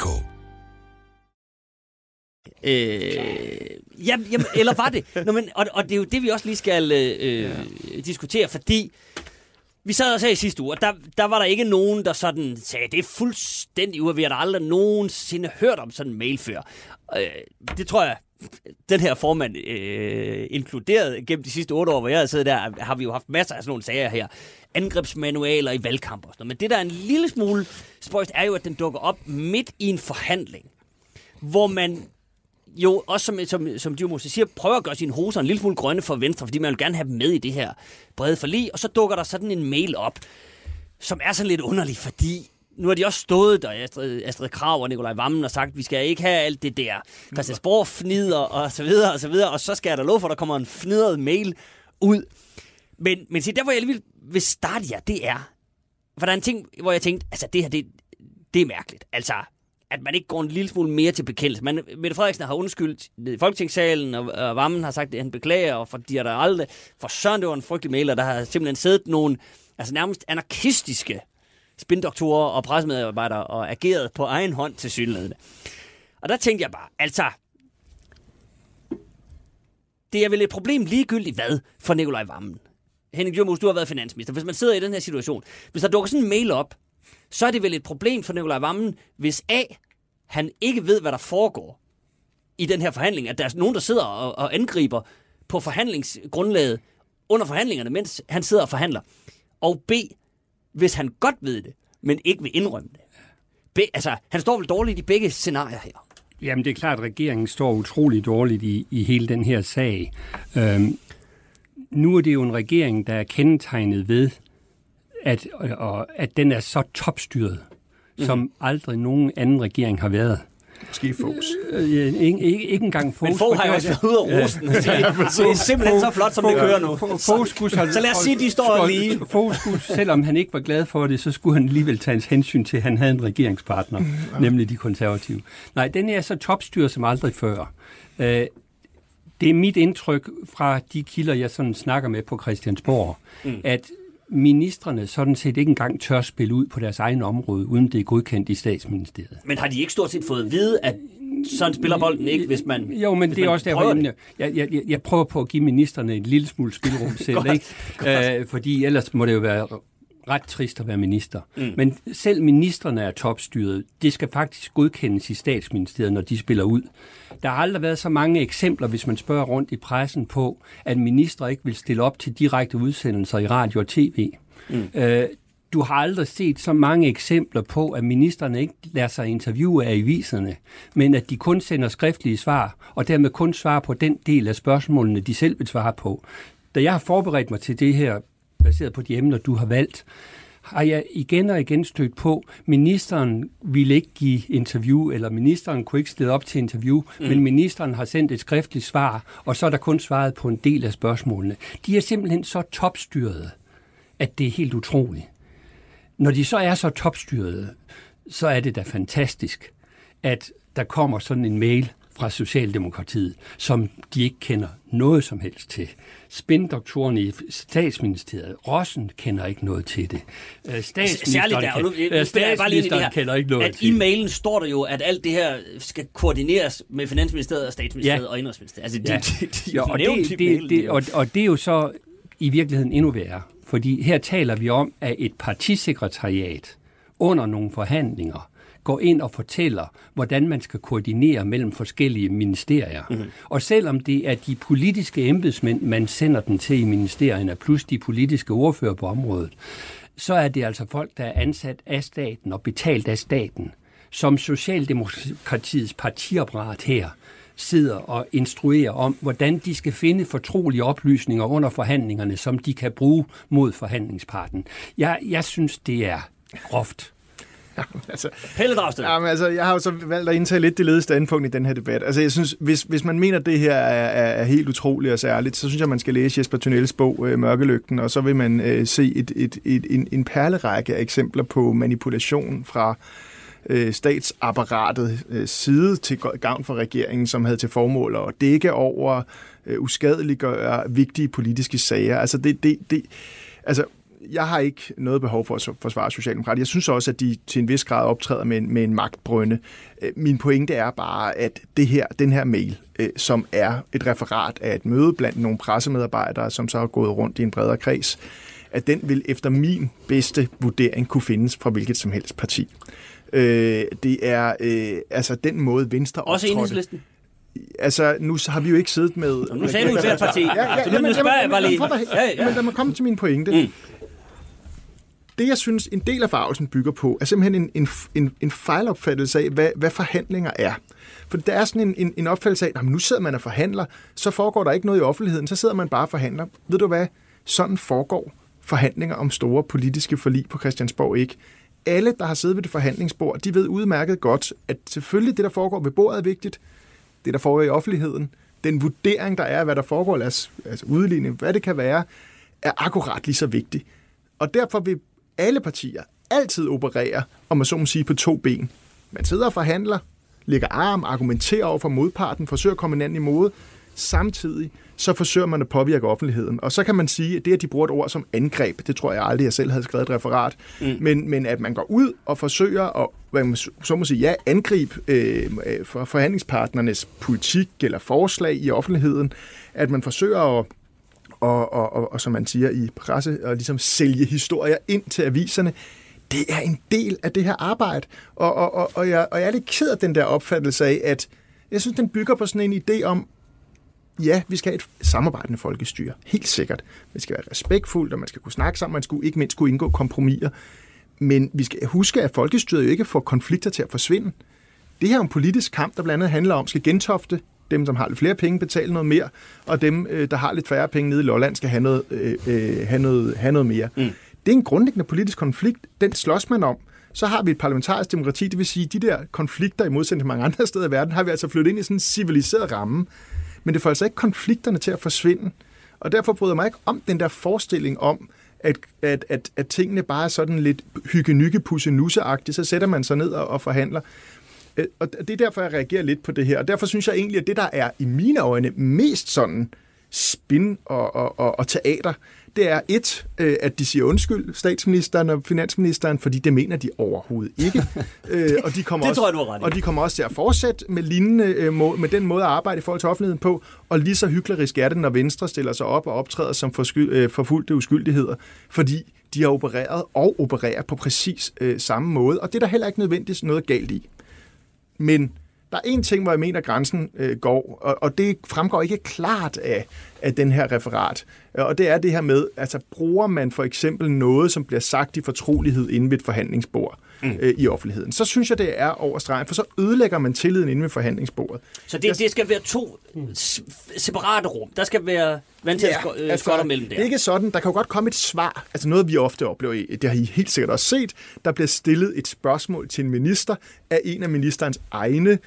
Jamen, eller var det? Og det er jo det, vi også lige skal diskutere, fordi vi sad og sagde i sidste uge, og der var der ikke nogen, der sådan sagde, det er fuldstændig ude, vi har aldrig nogensinde hørt om sådan en mail før. Det tror jeg, den her formand inkluderet gennem de sidste 8 år, hvor jeg har siddet der, har vi jo haft masser af sådan nogle sager her. Angrebsmanualer i valgkamp og sådan noget. Men det, der er en lille smule spøjst, er jo, at den dukker op midt i en forhandling, hvor man jo også, som Dyrmose siger, prøver at gøre sine hoser en lille smule grønne for Venstre, fordi man vil gerne have dem med i det her brede forlig, og så dukker der sådan en mail op, som er sådan lidt underlig, fordi nu har de også stået der, Astrid Krag og Nikolaj Wammen, og sagt, vi skal ikke have alt det der Christiansborg-fnider og så videre, og så videre, og så skal jeg da love for, at der kommer en fnidret mail ud. Men se, der hvor jeg lige vil starte jer, det er, for der er en ting, hvor jeg tænkte, altså det her, det er mærkeligt. Altså, at man ikke går en lille smule mere til bekendelse. Mette Frederiksen har undskyldt i Folketingssalen, og Wammen har sagt, at han beklager, og for de har der aldrig, for søren, det var en frygtelig mail, og der har simpelthen siddet nogle, altså nærmest anarkistiske spindoktorer og pressemedarbejdere og ageret på egen hånd til synligheden. Og der tænkte jeg bare, altså, det er vel et problem ligegyldigt hvad for Nikolaj Wammen. Henning Dyrmose, du har været finansminister. Hvis man sidder i den her situation, hvis der dukker sådan en mail op, så er det vel et problem for Nikolaj Wammen, hvis han ikke ved, hvad der foregår i den her forhandling, at der er nogen, der sidder og angriber på forhandlingsgrundlaget under forhandlingerne, mens han sidder og forhandler. Og B, hvis han godt ved det, men ikke vil indrømme det. Altså, han står vel dårligt i begge scenarier her. Jamen, det er klart, at regeringen står utrolig dårligt i hele den her sag. Nu er det jo en regering, der er kendetegnet ved, at den er så topstyret, som aldrig nogen anden regering har været. Måske Foghs. Ikke engang Foghs. Men Fogh har jo også været ude af rosten. Det er simpelthen så flot, som det kører nu. Så lad os sige, at de står lige. Fogh skulle, selvom han ikke var glad for det, så skulle han alligevel tage hensyn til, at han havde en regeringspartner, nemlig de konservative. Nej, den er så topstyret som aldrig før. Det er mit indtryk fra de kilder, jeg sådan snakker med på Christiansborg, at ministrene sådan set ikke engang tør spille ud på deres egen område, uden det er godkendt i Statsministeriet. Men har de ikke stort set fået at vide, at sådan spiller bolden ikke, hvis man Jo, men det er også derfor, jeg prøver på at give ministrene en lille smule spilrum selv, ikke? Fordi ellers må det jo være ret trist at være minister. Men selv ministrene er topstyret. Det skal faktisk godkendes i Statsministeriet, når de spiller ud. Der har aldrig været så mange eksempler, hvis man spørger rundt i pressen på, at ministre ikke vil stille op til direkte udsendelser i radio og tv. Du har aldrig set så mange eksempler på, at ministerne ikke lader sig interviewe af aviserne, men at de kun sender skriftlige svar, og dermed kun svarer på den del af spørgsmålene, de selv vil svare på. Da jeg har forberedt mig til det her, baseret på de emner, du har valgt, har jeg igen og igen stødt på, ministeren ville ikke give interview, eller ministeren kunne ikke stille op til interview, men ministeren har sendt et skriftligt svar, og så er der kun svaret på en del af spørgsmålene. De er simpelthen så topstyrede, at det er helt utroligt. Når de så er så topstyrede, så er det da fantastisk, at der kommer sådan en mail fra Socialdemokratiet, som de ikke kender noget som helst til. Spindoktorerne i Statsministeriet, Rossen kender ikke noget til det. Statsministeren kender ikke noget til det. At i mailen står der jo, at alt det her skal koordineres med Finansministeriet og Statsministeriet og Indrigsministeriet. Altså, og det er jo så i virkeligheden endnu værre, fordi her taler vi om, at et partisekretariat under nogle forhandlinger går ind og fortæller, hvordan man skal koordinere mellem forskellige ministerier. Og selvom det er de politiske embedsmænd, man sender den til i ministerierne, plus de politiske ordfører på området, så er det altså folk, der er ansat af staten og betalt af staten, som Socialdemokratiets partiapparat her sidder og instruerer om, hvordan de skal finde fortrolige oplysninger under forhandlingerne, som de kan bruge mod forhandlingsparten. Jeg synes, det er groft. Pelle Dragsted. Jeg har jo så valgt at indtage lidt det ledende standpunkt i den her debat. Altså, jeg synes, hvis man mener, at det her er helt utroligt og særligt, så synes jeg, man skal læse Jesper Tynells bog Mørkelygten, og så vil man se en perlerække af eksempler på manipulation fra statsapparatet side til gavn for regeringen, som havde til formål at dække over, uskadeliggøre vigtige politiske sager. Altså, jeg har ikke noget behov for at forsvare Socialdemokrater. Jeg synes også, at de til en vis grad optræder med en magtbrønde. Min pointe er bare, at den her mail, som er et referat af et møde blandt nogle pressemedarbejdere, som så har gået rundt i en bredere kreds, at den vil efter min bedste vurdering kunne findes fra hvilket som helst parti. Det er den måde Venstre optrådte. Også Enhedslisten? Altså, nu har vi jo ikke siddet med... Nu sagde du et parti. Så nu spørger jeg bare lige. Men lad mig komme til min pointe. det, jeg synes, en del af forargelsen bygger på, er simpelthen en fejlopfattelse af, hvad forhandlinger er. For der er sådan en opfattelse af, at nu sidder man og forhandler, så foregår der ikke noget i offentligheden, så sidder man bare og forhandler. Ved du hvad? Sådan foregår forhandlinger om store politiske forlig på Christiansborg ikke. Alle, der har siddet ved det forhandlingsbord, de ved udmærket godt, at selvfølgelig det, der foregår ved bordet, er vigtigt. Det, der foregår i offentligheden, den vurdering, der er, hvad der foregår, altså udligning, hvad det kan være, er akkurat lige så vigtigt. Og derfor vil alle partier altid operere, om man så må sige, på 2 ben. Man sidder og forhandler, lægger arm, argumenterer over for modparten, forsøger at komme hinanden i mode. Samtidig så forsøger man at påvirke offentligheden. Og så kan man sige, at det, at de bruger et ord som angreb, det tror jeg aldrig, jeg selv havde skrevet et referat, men at man går ud og forsøger at, så må sige, angribe for forhandlingspartnernes politik eller forslag i offentligheden, at man forsøger at og som man siger i presse, og ligesom sælge historier ind til aviserne, det er en del af det her arbejde. Og jeg er lidt ked af den der opfattelse af, at jeg synes, den bygger på sådan en idé om, ja, vi skal have et samarbejdende folkestyre. Helt sikkert. Det skal være respektfuldt, og man skal kunne snakke sammen, man skal ikke mindst kunne indgå kompromiser. Men vi skal huske, at folkestyret jo ikke får konflikter til at forsvinde. Det her er en politisk kamp, der blandt andet handler om, skal Gentofte, dem, som har lidt flere penge, betale noget mere, og dem, der har lidt færre penge nede i Lolland, skal have noget mere. Det er en grundlæggende politisk konflikt. Den slås man om. Så har vi et parlamentarisk demokrati, det vil sige, de der konflikter i modsætning til mange andre steder i verden, har vi altså flyttet ind i sådan en civiliseret ramme. Men det får altså ikke konflikterne til at forsvinde. Og derfor bryder jeg mig ikke om den der forestilling om, at tingene bare er sådan lidt hygge-nygge-pusse-nusse-agtigt, så sætter man sig ned og forhandler. Og det er derfor, jeg reagerer lidt på det her. Og derfor synes jeg egentlig, at det, der er i mine øjne mest sådan spin og teater, det er at de siger undskyld, statsministeren og finansministeren, fordi det mener de overhovedet ikke. Og de kommer det tror jeg, du har ret i. Og de kommer også til at fortsætte med lignende med den måde at arbejde i forhold til offentligheden på, og lige så hyklerisk er det, når Venstre stiller sig op og optræder som forfulgte uskyldigheder, fordi de har opereret og opererer på præcis samme måde, og det er der heller ikke nødvendigvis noget galt i. Men der er en ting, hvor jeg mener, at grænsen går, og det fremgår ikke klart af den her referat. Og det er det her med, altså bruger man for eksempel noget, som bliver sagt i fortrolighed inde ved et forhandlingsbord i offentligheden. Så synes jeg, det er over stregen, for så ødelægger man tilliden inde ved forhandlingsbordet. Så det skal være 2 separate rum. Der skal være vandtætte skotter mellem der. Det er ikke sådan. Der kan jo godt komme et svar. Altså noget, vi ofte oplever, det har I helt sikkert også set. Der bliver stillet et spørgsmål til en minister af en af ministerens egne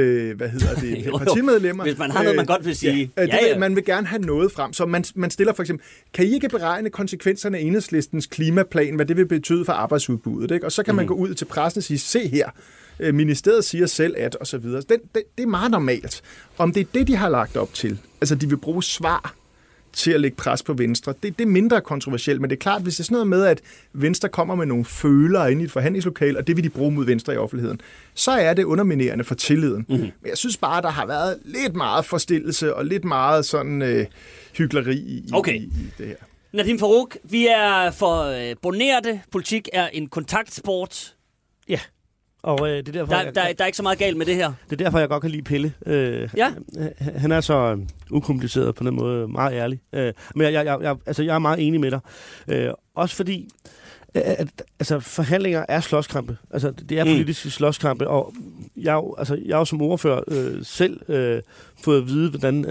partimedlemmer. Hvis man har noget, man godt vil sige. Man vil gerne have noget frem. Så man stiller for eksempel, kan I ikke beregne konsekvenserne af Enhedslistens klimaplan, hvad det vil betyde for arbejdsudbuddet? Ikke? Og så kan man gå ud til pressen og sige, se her, ministeriet siger selv at, og så videre. Det er meget normalt. Om det er det, de har lagt op til, altså de vil bruge svar til at lægge pres på Venstre. Det er mindre kontroversielt, men det er klart, hvis det er sådan noget med, at Venstre kommer med nogle følere ind i et forhandlingslokale, og det vil de bruge mod Venstre i offentligheden, så er det underminerende for tilliden. Men jeg synes bare, der har været lidt meget forstillelse og lidt meget sådan hykleri i det her. Nadeem Farooq, vi er for bonerte. Politik er en kontaktsport. Ja. Og det er derfor, der er ikke så meget galt med det her. Det er derfor, jeg godt kan lide Pelle. Han er så ukompliceret på den måde, meget ærlig. Men jeg er meget enig med dig. Også fordi, at forhandlinger er slåskampe. Altså, det er politiske slåskampe, og jeg er jo som ordfører selv fået at vide, hvordan...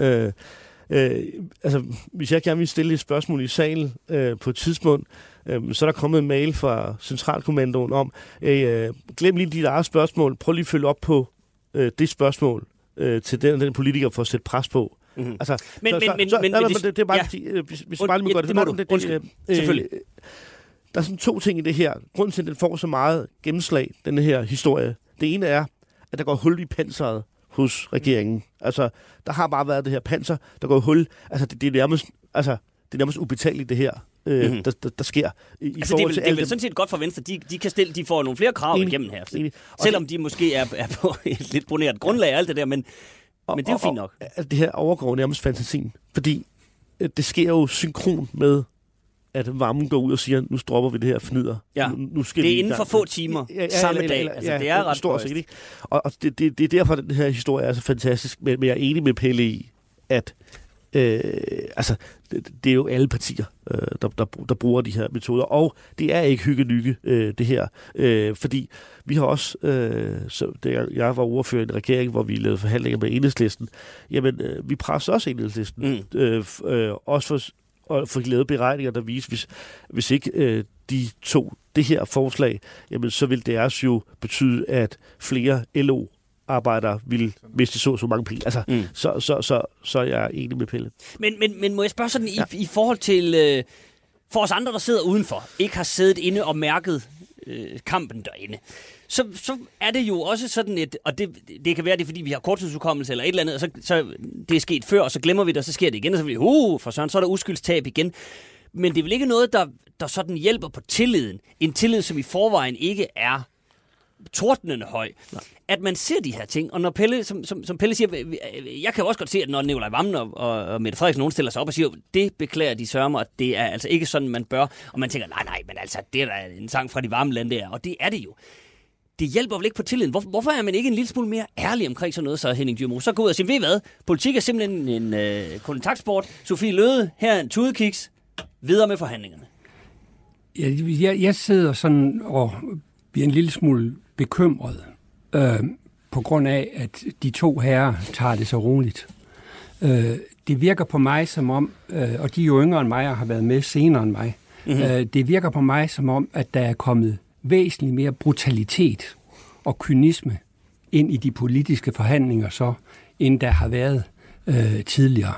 hvis jeg gerne vil stille et spørgsmål i salen på et tidspunkt, så er der kommet en mail fra Centralkommandoen om, glem lige dit eget spørgsmål, prøv lige at følge op på det spørgsmål til den politiker for at sætte pres på. Altså, det er bare, hvis bare lige gør det. Selvfølgelig. Der er sådan 2 ting i det her. Grunden til, at den får så meget gennemslag, den her historie. Det ene er, at der går hul i panseret hos regeringen. Altså, der har bare været det her panser, der går hul. Altså, det er nærmest ubetaleligt, det her. Der sker. Det er vel sådan set godt for Venstre. De får nogle flere krav igennem her. Selvom de måske er på et lidt broneret grundlag alt det der, men det er jo fint nok. Det her overgår nærmest fantasien, fordi det sker jo synkron med, at varmen går ud og siger, nu dropper vi det her fnider. Ja. Nu skal det er inden for få timer samme dag. Altså, det er ret stort set, ikke? Og det er derfor, at den her historie er så fantastisk. Men jeg er enig med Pelle i, at det er jo alle partier, der bruger de her metoder, og det er ikke hygge-lykke, det her, fordi vi har også, jeg var ordfører i en regering, hvor vi lavede forhandlinger med Enhedslisten, jamen, vi presser også Enhedslisten, også for at lave beregninger, der viser, hvis ikke de tog det her forslag, jamen, så vil det også jo betyde, at flere LO-arbejdere vil miste så mange penge. Altså, så er jeg enig med Pelle. Men må jeg spørge sådan, i forhold til, for os andre, der sidder udenfor, ikke har siddet inde og mærket kampen derinde, så er det jo også sådan et, og det kan være det, fordi vi har korttidsudkommelse eller et eller andet, og så det er sket før, og så glemmer vi det, og så sker det igen, og så bliver vi, for sådan, så er der uskyldstab igen. Men det er vel ikke noget, der sådan hjælper på tilliden. En tillid, som i forvejen ikke er tordnende høj. Nej. At man ser de her ting, og når Pelle, som Pelle siger, jeg kan jo også godt se, at når Nicolai Wammen og Mette Frederiksen nogen stiller sig op og siger, det beklager de sørger, og det er altså ikke sådan, man bør, og man tænker, nej, men altså, det er da en sang fra de varme lande der, og det er det jo. Det hjælper vel ikke på tilliden. Hvorfor er man ikke en lille smule mere ærlig omkring sådan noget, så Henning Dyremose? Så gå ud og sige, ved I hvad? Politik er simpelthen en kontaktsport. Sofie Løde, her er en tudekiks. Videre med forhandlingerne. Jeg sidder sådan og bliver en lille smule bekymret på grund af, at de to herrer tager det så roligt. Det virker på mig som om, og de er jo yngre end mig og har været med senere end mig, det virker på mig som om, at der er kommet væsentligt mere brutalitet og kynisme ind i de politiske forhandlinger så, end der har været tidligere.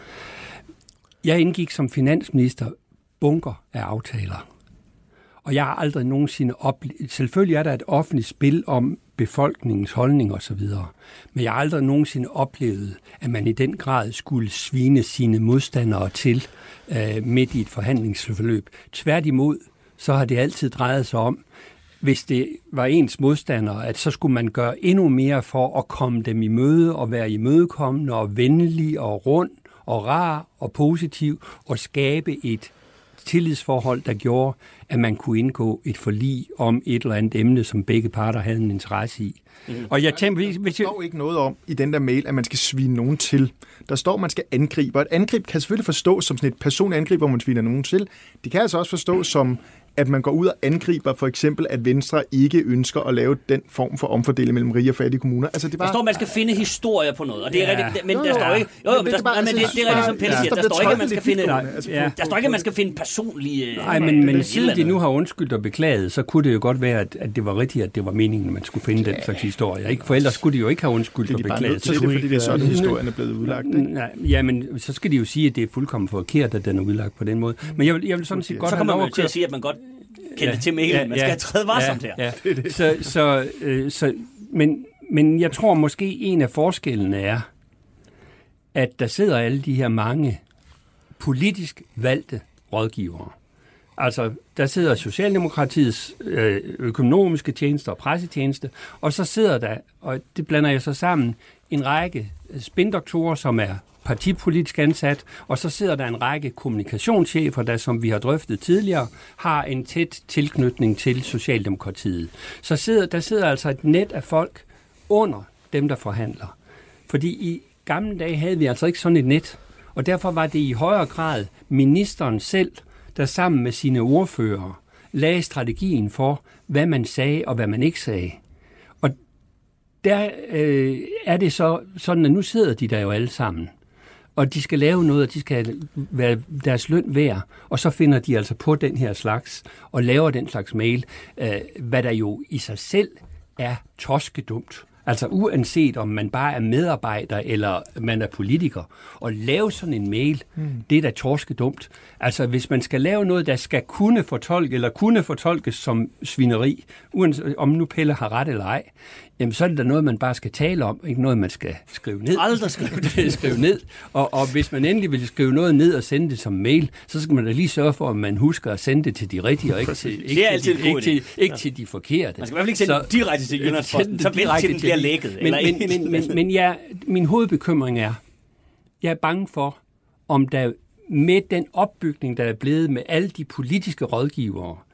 Jeg indgik som finansminister bunker af aftaler. Og jeg har aldrig nogensinde oplevet, selvfølgelig er der et offentligt spil om befolkningens holdning og så videre, men jeg har aldrig nogensinde oplevet, at man i den grad skulle svine sine modstandere til midt i et forhandlingsforløb. Tværtimod, så har det altid drejet sig om, hvis det var ens modstandere, at så skulle man gøre endnu mere for at komme dem i møde og være imødekommende og venlig og rund og rar og positiv og skabe et tillidsforhold, der gjorde, at man kunne indgå et forlig om et eller andet emne, som begge parter havde en interesse i. Og jeg tænker, der står ikke noget om i den der mail, at man skal svine nogen til. Der står, at man skal angribe, og et angreb kan selvfølgelig forstås som sådan et personligt angreb, hvor man sviner nogen til. Det kan altså også forstås som, at man går ud og angriber for eksempel, at Venstre ikke ønsker at lave den form for omfordeling mellem rige og fattige kommuner. Altså, det var... Der står, at man skal finde historier på noget, og det er rigtigt, men der står ikke... det er rigtigt, som Pelle siger. Der står ikke, at man skal finde... Der står ikke, at man skal finde personlige... Nej, men siden de nu har undskyldt og beklaget, så kunne det jo godt være, at det var rigtigt, at det var meningen, at man skulle finde den slags historie. For ellers skulle de jo ikke have undskyldt og beklaget. Så det er fordi, det er sådan, historien er blevet udlagt, ikke? Ja, men så skal de jo sige, at det er fuldkommen forkert, at den er udlagt på den måde. Men jeg vil sådan set godt have lov til at sige, at man godt kendte til mailen. Man skal have træde varsomt her. Men jeg tror måske, en af forskellene er, at der sidder alle de her mange politisk valgte rådgivere. Altså, der sidder Socialdemokratiets økonomiske tjenester og pressetjeneste, og så sidder der, og det blander jeg så sammen, en række spindoktorer, som er partipolitisk ansat, og så sidder der en række kommunikationschefer, der, som vi har drøftet tidligere, har en tæt tilknytning til Socialdemokratiet. Så der sidder altså et net af folk under dem, der forhandler. Fordi i gamle dage havde vi altså ikke sådan et net, og derfor var det i højere grad ministeren selv, der sammen med sine ordførere lagde strategien for, hvad man sagde og hvad man ikke sagde. Og der er det så sådan, at nu sidder de der jo alle sammen, og de skal lave noget, og de skal være deres løn værd, og så finder de altså på den her slags, og laver den slags mail, hvad der jo i sig selv er torskedumt. Altså uanset om man bare er medarbejder, eller man er politiker, og lave sådan en mail, det er da torskedumt. Altså hvis man skal lave noget, der skal kunne fortolkes som svineri, uanset om nu Pelle har ret eller ej, jamen så er det da noget, man bare skal tale om, ikke noget, man skal skrive ned. Aldrig skrive ned. Og hvis man endelig vil skrive noget ned og sende det som mail, så skal man da lige sørge for, at man husker at sende det til de rigtige, og ikke til de forkerte. Man skal i hvert fald ikke sende det direkte til Jyllandsposten, så vent til den bliver lækket. Men min hovedbekymring er, jeg er bange for, om der med den opbygning, der er blevet med alle de politiske rådgivere,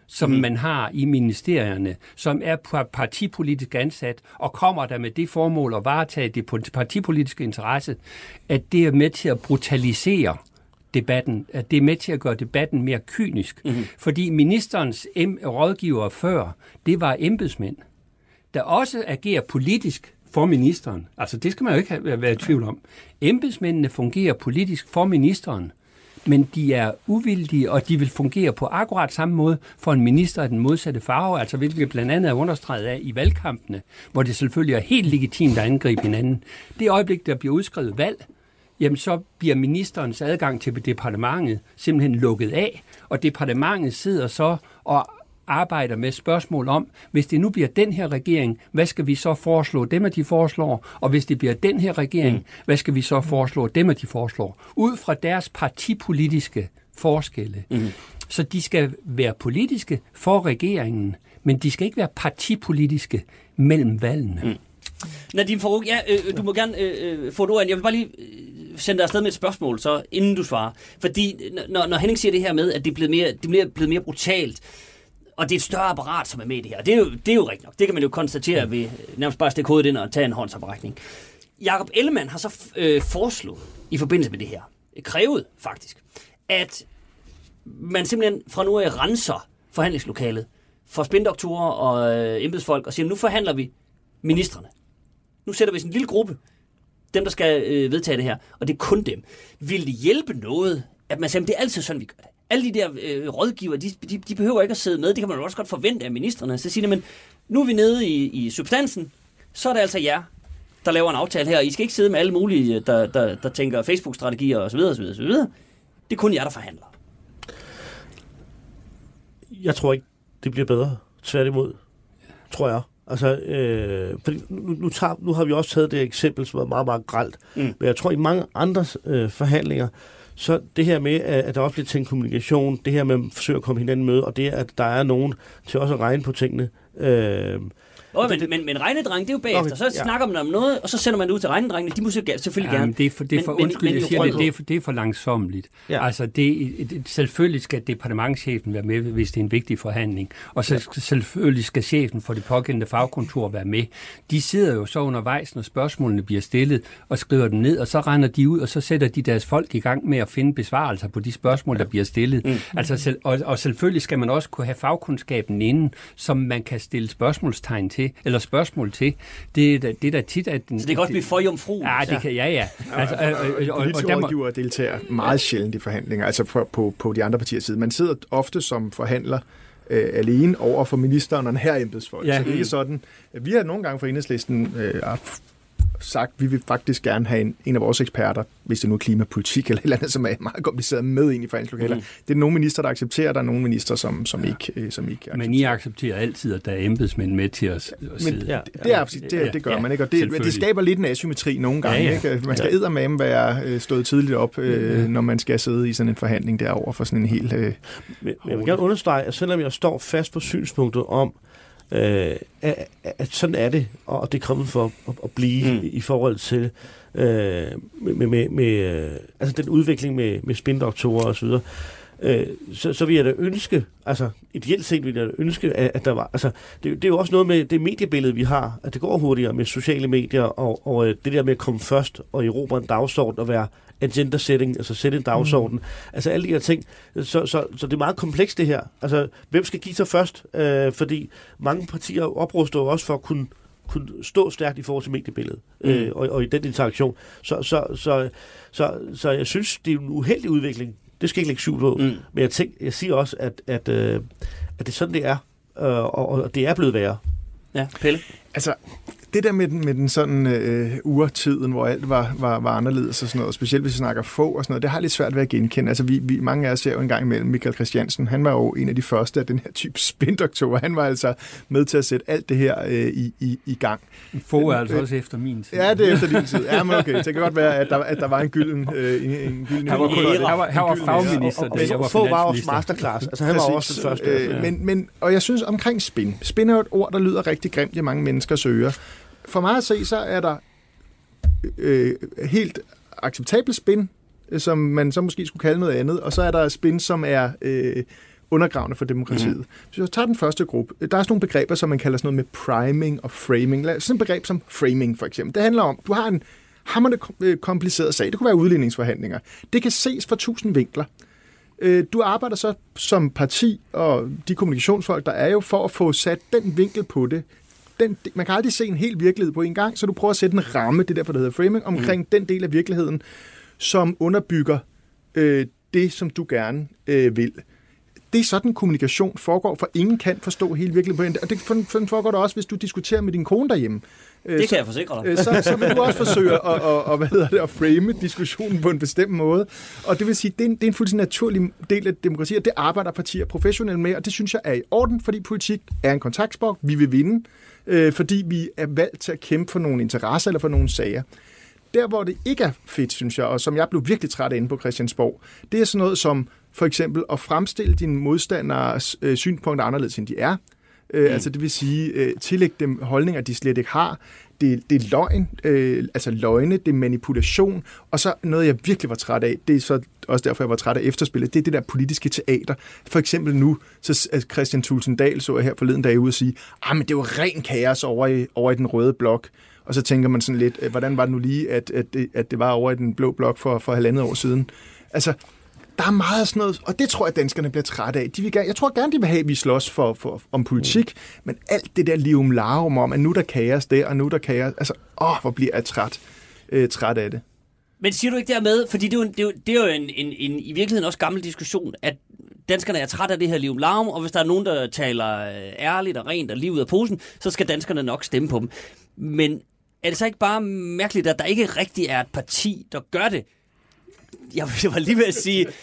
som man har i ministerierne, som er partipolitisk ansat, og kommer der med det formål at varetage det partipolitiske interesse, at det er med til at brutalisere debatten, at det er med til at gøre debatten mere kynisk. Fordi ministerens rådgivere før, det var embedsmænd, der også agerer politisk for ministeren. Altså det skal man jo ikke være i tvivl om. Embedsmændene fungerer politisk for ministeren, men de er uvildige, og de vil fungere på akkurat samme måde for en minister af den modsatte farve, altså hvilket blandt andet er understreget af i valgkampene, hvor det selvfølgelig er helt legitimt at angribe hinanden. Det øjeblik, der bliver udskrevet valg, jamen så bliver ministerens adgang til departementet simpelthen lukket af, og departementet sidder så og arbejder med spørgsmål om, hvis det nu bliver den her regering, hvad skal vi så foreslå dem, at de foreslår? Og hvis det bliver den her regering, hvad skal vi så foreslå dem, at de foreslår? Ud fra deres partipolitiske forskelle. Så de skal være politiske for regeringen, men de skal ikke være partipolitiske mellem valgene. Nadim Farooq, du må gerne få et ord. Jeg vil bare lige sende dig afsted med et spørgsmål, så inden du svarer. Fordi når Henning siger det her med, at det er blevet mere brutalt, og det er et større apparat, som er med i det her. Det er jo rigtigt nok. Det kan man jo konstatere ved nærmest bare stikke hovedet ind og tage en håndsoprækning. Jakob Ellemann har så foreslået i forbindelse med det her, krævet faktisk, at man simpelthen fra nu af renser forhandlingslokalet for spindoktorer og embedsfolk og siger, nu forhandler vi ministrene. Nu sætter vi sådan en lille gruppe, dem der skal vedtage det her, og det er kun dem. Vil det hjælpe noget, at man siger, det er altid sådan, vi gør det? Alle de der rådgiver, de behøver ikke at sidde med. Det kan man jo også godt forvente af ministerne. Så siger de, men nu er vi nede i substansen, så er det altså jer, der laver en aftale her. I skal ikke sidde med alle mulige, der tænker Facebook-strategier osv. osv. Det er kun jer, der forhandler. Jeg tror ikke, det bliver bedre. Tværtimod, tror jeg. Altså, fordi nu har vi også taget det eksempel, som er meget, meget grelt. Men jeg tror, i mange andre forhandlinger, så det her med, at der også bliver tænkt kommunikation, det her med at forsøge at komme hinanden med, og det, at der er nogen til også at regne på tingene. Men regnedreng, det er jo bagefter. Så snakker man om noget, og så sender man det ud til regnedrengene. De må selvfølgelig gerne. Det er for undskyld, jeg siger det er for langsommeligt. Ja. Altså, selvfølgelig skal departementschefen være med, hvis det er en vigtig forhandling. Og så selvfølgelig skal chefen for det pågældende fagkontor være med. De sidder jo så undervejs, når spørgsmålene bliver stillet, og skriver dem ned, og så render de ud, og så sætter de deres folk i gang med at finde besvarelser på de spørgsmål, der bliver stillet. Altså, og selvfølgelig skal man også kunne have fagkundskaben inden, som man kan stille spørgsmålstegn til, eller spørgsmål til. Det er da tit, at... Så det kan også blive for jomfru. Ja, det kan, ja. Altså, politiske rådgivere deltager meget sjældent i forhandlinger, altså på de andre partiers side. Man sidder ofte som forhandler alene over for ministeren og en her embedsfolk. Ja. Så det er sådan, vi har nogle gange fra Enhedslisten sagt, vi vil faktisk gerne have en af vores eksperter, hvis det nu er klimapolitik eller et eller andet, som er meget kompliceret, med ind i forhandlingslokaler. Det er nogle minister, der accepterer, der er nogle minister, som ikke accepterer. Men I accepterer altid, at der er embedsmænd med til at sidde. Det gør man ikke, og det skaber lidt en asymmetri nogle gange. Ikke? Man skal eddermame være stået tidligt op, når man skal sidde i sådan en forhandling derovre for sådan en helt... Men jeg vil gerne understrege, at selvom jeg står fast på synspunktet om, at sådan er det, og det er kommet for at blive i forhold til altså den udvikling med spindoktorer og så videre, så vil jeg da ønske, altså ideelt set vil jeg da ønske, at der var, altså det er jo også noget med det mediebillede, vi har, at det går hurtigere med sociale medier, og det der med at komme først og erobre en dagsorden og være agenda setting, altså sætte en dagsorden, altså alle de her ting, så det er meget komplekst det her. Altså, hvem skal give sig først? Fordi mange partier opruster også for at kunne stå stærkt i forhold til mediebilledet, og i den interaktion. Så jeg synes, det er en uheldig udvikling. Det skal ikke lægge skjul på. Men jeg siger også, at det er sådan, det er, og det er blevet værre. Ja, Pelle? Altså, det der med den sådan urtiden, hvor alt var anderledes og sådan noget, specielt hvis vi snakker få og sådan noget, det har lidt svært ved at genkende. Altså, vi mange af os ser jo en gang imellem Michael Christiansen. Han var jo en af de første af den her type spindoktorer. Han var altså med til at sætte alt det her i gang. Få er altså også efter min tid. Ja, det er efter din tid. Ja, men okay. Det kan godt være, at der var en gylden... Han var fagminister. Få var også masterclass. Altså, han var også den første. Og jeg synes omkring spin. Spin er jo et ord, der lyder rigtig grimt i mange menneskers ører. For mig at se, så er der helt acceptabel spin, som man så måske skulle kalde noget andet, og så er der spin, som er undergravende for demokratiet. Hvis jeg tager den første gruppe, der er sådan nogle begreber, som man kalder sådan noget med priming og framing. Sådan et begreb som framing, for eksempel. Det handler om, du har en hamrende kompliceret sag. Det kunne være udligningsforhandlinger. Det kan ses fra 1000 vinkler. Du arbejder så som parti, og de kommunikationsfolk, der er jo, for at få sat den vinkel på det. Man kan aldrig se en hel virkelighed på en gang, så du prøver at sætte en ramme, det er derfor, det hedder framing, omkring den del af virkeligheden, som underbygger det, som du gerne vil. Det er sådan, kommunikation foregår, for ingen kan forstå hele virkeligheden. Og det foregår der også, hvis du diskuterer med din kone derhjemme. Det kan jeg forsikre dig. Så vil du også forsøge at frame diskussionen på en bestemt måde. Og det vil sige, det er en fuldstændig naturlig del af demokrati, og det arbejder partier professionelt med, og det synes jeg er i orden, fordi politik er en kontaktsport. Vi vil vinde, fordi vi er valgt til at kæmpe for nogle interesser eller for nogle sager. Der, hvor det ikke er fedt, synes jeg, og som jeg blev virkelig træt af inde på Christiansborg, det er sådan noget som for eksempel at fremstille dine modstanders synspunkter anderledes, end de er. Altså det vil sige, tillægge dem holdninger, de slet ikke har. Det er løgn, altså løgne, det er manipulation. Og så noget, jeg virkelig var træt af, det er så også derfor, jeg var træt af efterspillet, det er det der politiske teater. For eksempel nu, så Kristian Thulesen Dahl så jeg her forleden dag ude og sige, men det var ren kaos over i den røde blok. Og så tænker man sådan lidt, hvordan var det nu lige, at det var over i den blå blok for 1,5 år siden. Altså, der er meget sådan noget, og det tror jeg, danskerne bliver trætte af. Jeg tror gerne, de vil have, at vi slås om politik, men alt det der lium larum om, at nu der kaos der, og nu der kaos, altså, hvor bliver jeg træt af det. Men siger du ikke dermed, fordi det er jo en i virkeligheden også gammel diskussion, at danskerne er træt af det her lium larum, og hvis der er nogen, der taler ærligt og rent og lige ud af posen, så skal danskerne nok stemme på dem. Men er det så ikke bare mærkeligt, at der ikke rigtig er et parti, der gør det? Jeg var lige ved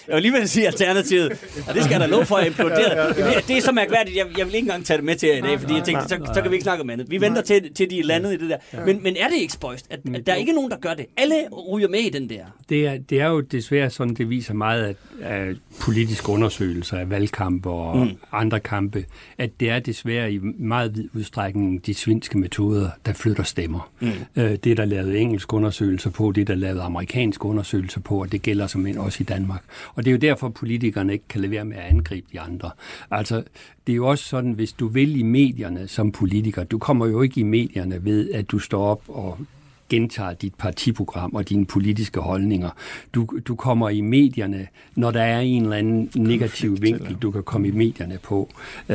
at sige Alternativet, og det skal jeg da lov for at implodere. Det er så mærkværdigt, jeg vil ikke engang tage det med til jer i dag, fordi jeg tænkte, så kan vi ikke snakke om andet. Vi venter til de er landet i det der. Men er det ikke spøjst, at der er ikke nogen, der gør det? Alle ryger med i den der. Det er jo desværre sådan, det viser meget af politiske undersøgelser af valgkampe og andre kampe, at det er desværre i meget vid udstrækning de svenske metoder, der flytter stemmer. Det er der lavet engelske undersøgelser på, det er der lavet amerikanske undersøgelser på, og det gælder som også i Danmark. Og det er jo derfor, politikerne ikke kan lade være med at angribe de andre. Altså, det er jo også sådan, hvis du vil i medierne som politiker, du kommer jo ikke i medierne ved, at du står op og gentager dit partiprogram og dine politiske holdninger. Du kommer i medierne, når der er en eller anden negativ vinkel, du kan komme i medierne på.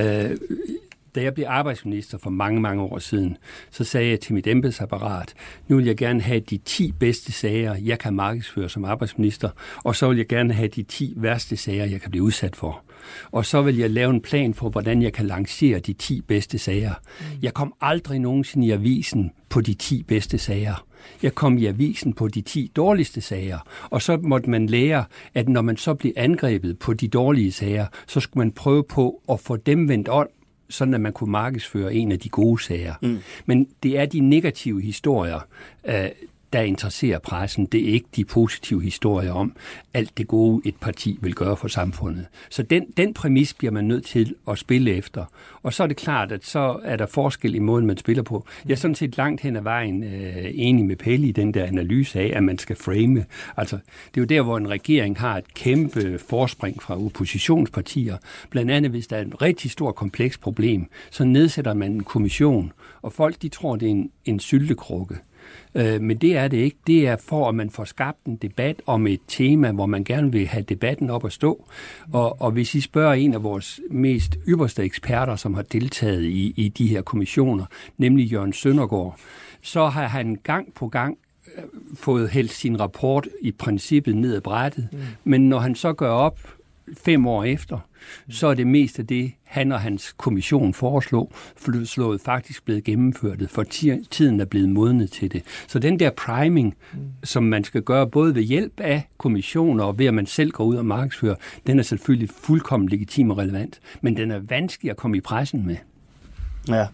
Da jeg blev arbejdsminister for mange, mange år siden, så sagde jeg til mit embedsapparat, nu vil jeg gerne have de 10 bedste sager, jeg kan markedsføre som arbejdsminister, og så vil jeg gerne have de 10 værste sager, jeg kan blive udsat for. Og så vil jeg lave en plan for, hvordan jeg kan lancere de 10 bedste sager. Jeg kom aldrig nogensinde i avisen på de 10 bedste sager. Jeg kom i avisen på de 10 dårligste sager, og så måtte man lære, at når man så blev angrebet på de dårlige sager, så skulle man prøve på at få dem vendt om, sådan at man kunne markedsføre en af de gode sager. Men det er de negative historier, der interesserer pressen. Det er ikke de positive historier om alt det gode, et parti vil gøre for samfundet. Så den præmis bliver man nødt til at spille efter. Og så er det klart, at så er der forskel i måden, man spiller på. Jeg er sådan set langt hen ad vejen enig med Pelle i den der analyse af, at man skal frame. Altså, det er jo der, hvor en regering har et kæmpe forspring fra oppositionspartier. Blandt andet, hvis der er et rigtig stort kompleks problem, så nedsætter man en kommission, og folk de tror, det er en syltekrukke. Men det er det ikke. Det er for, at man får skabt en debat om et tema, hvor man gerne vil have debatten op at stå. Og hvis I spørger en af vores mest ypperste eksperter, som har deltaget i de her kommissioner, nemlig Jørgen Søndergaard, så har han gang på gang fået hældt sin rapport i princippet ned ad brættet. Men når han så gør op 5 år efter, så er det mest af det, han og hans kommission foreslået faktisk blevet gennemført, for tiden er blevet modnet til det. Så den der priming, som man skal gøre både ved hjælp af kommissioner og ved at man selv går ud og markedsfører, den er selvfølgelig fuldkommen legitim og relevant, men den er vanskelig at komme i pressen med. Ja,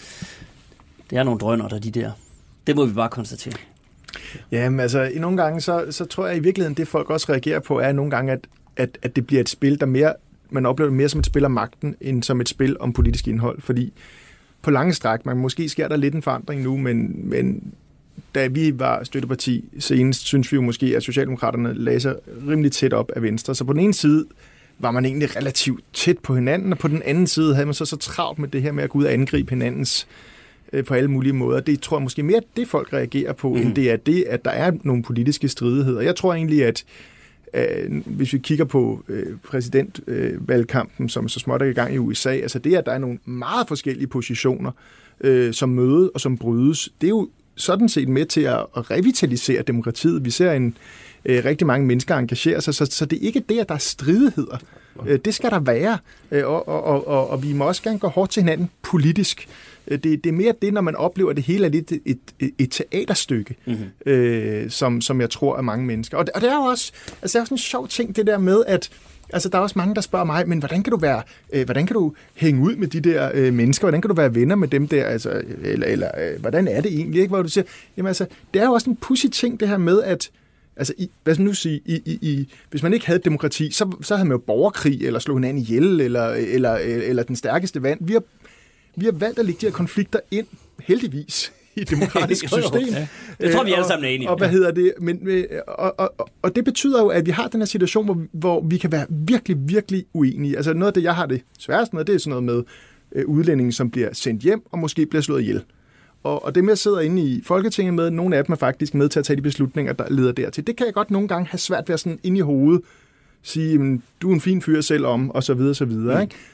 det er nogle drønner, der de der. Det må vi bare konstatere. Jamen altså, nogle gange så tror jeg i virkeligheden, det folk også reagerer på, er nogle gange, at det bliver et spil, der mere, man oplever det mere som et spil om magten, end som et spil om politisk indhold. Fordi på lange stræk, måske sker der lidt en forandring nu, men da vi var støtteparti senest, synes vi jo måske, at Socialdemokraterne lagde sig rimelig tæt op af Venstre. Så på den ene side var man egentlig relativt tæt på hinanden, og på den anden side havde man så travlt med det her med at gå ud og angribe hinandens på alle mulige måder. Det tror jeg måske mere, det folk reagerer på, end det er det, at der er nogle politiske stridigheder. Jeg tror egentlig, at hvis vi kigger på præsidentvalgkampen, som så småt er i gang i USA, altså det, at der er nogle meget forskellige positioner, som mødes og som brydes, det er jo sådan set med til at revitalisere demokratiet. Vi ser rigtig mange mennesker engagere sig, så det er ikke det, at der er stridigheder. Det skal der være, og vi må også gerne gå hårdt til hinanden politisk. Det er mere det, når man oplever det hele er lidt et teaterstykke, som jeg tror er mange mennesker. Og det er jo også, altså det er også en sjov ting, det der med, at altså, der er også mange, der spørger mig, men hvordan kan du hænge ud med de der mennesker? Hvordan kan du være venner med dem der? Altså, eller hvordan er det egentlig? Ikke? Hvor du siger, jamen altså, det er jo også en pudsig ting, det her med, at altså, hvad skal man nu sige, hvis man ikke havde demokrati, så havde man jo borgerkrig, eller slå hinanden ihjel, eller den stærkeste vand. Vi har valgt at lægge de her konflikter ind, heldigvis, i et demokratisk system. Ja. Det tror vi alle sammen er enige. Og hvad hedder det? Og det betyder jo, at vi har den her situation, hvor vi kan være virkelig, virkelig uenige. Altså noget af det, jeg har det sværest med, det er sådan noget med udlændinge, som bliver sendt hjem, og måske bliver slået ihjel. Og dem, jeg sidder inde i Folketinget med, nogle af dem er faktisk med til at tage de beslutninger, der leder dertil. Det kan jeg godt nogle gange have svært ved at sådan inde i hovedet sige, du er en fin fyr selv om, og så videre, så videre. Ikke?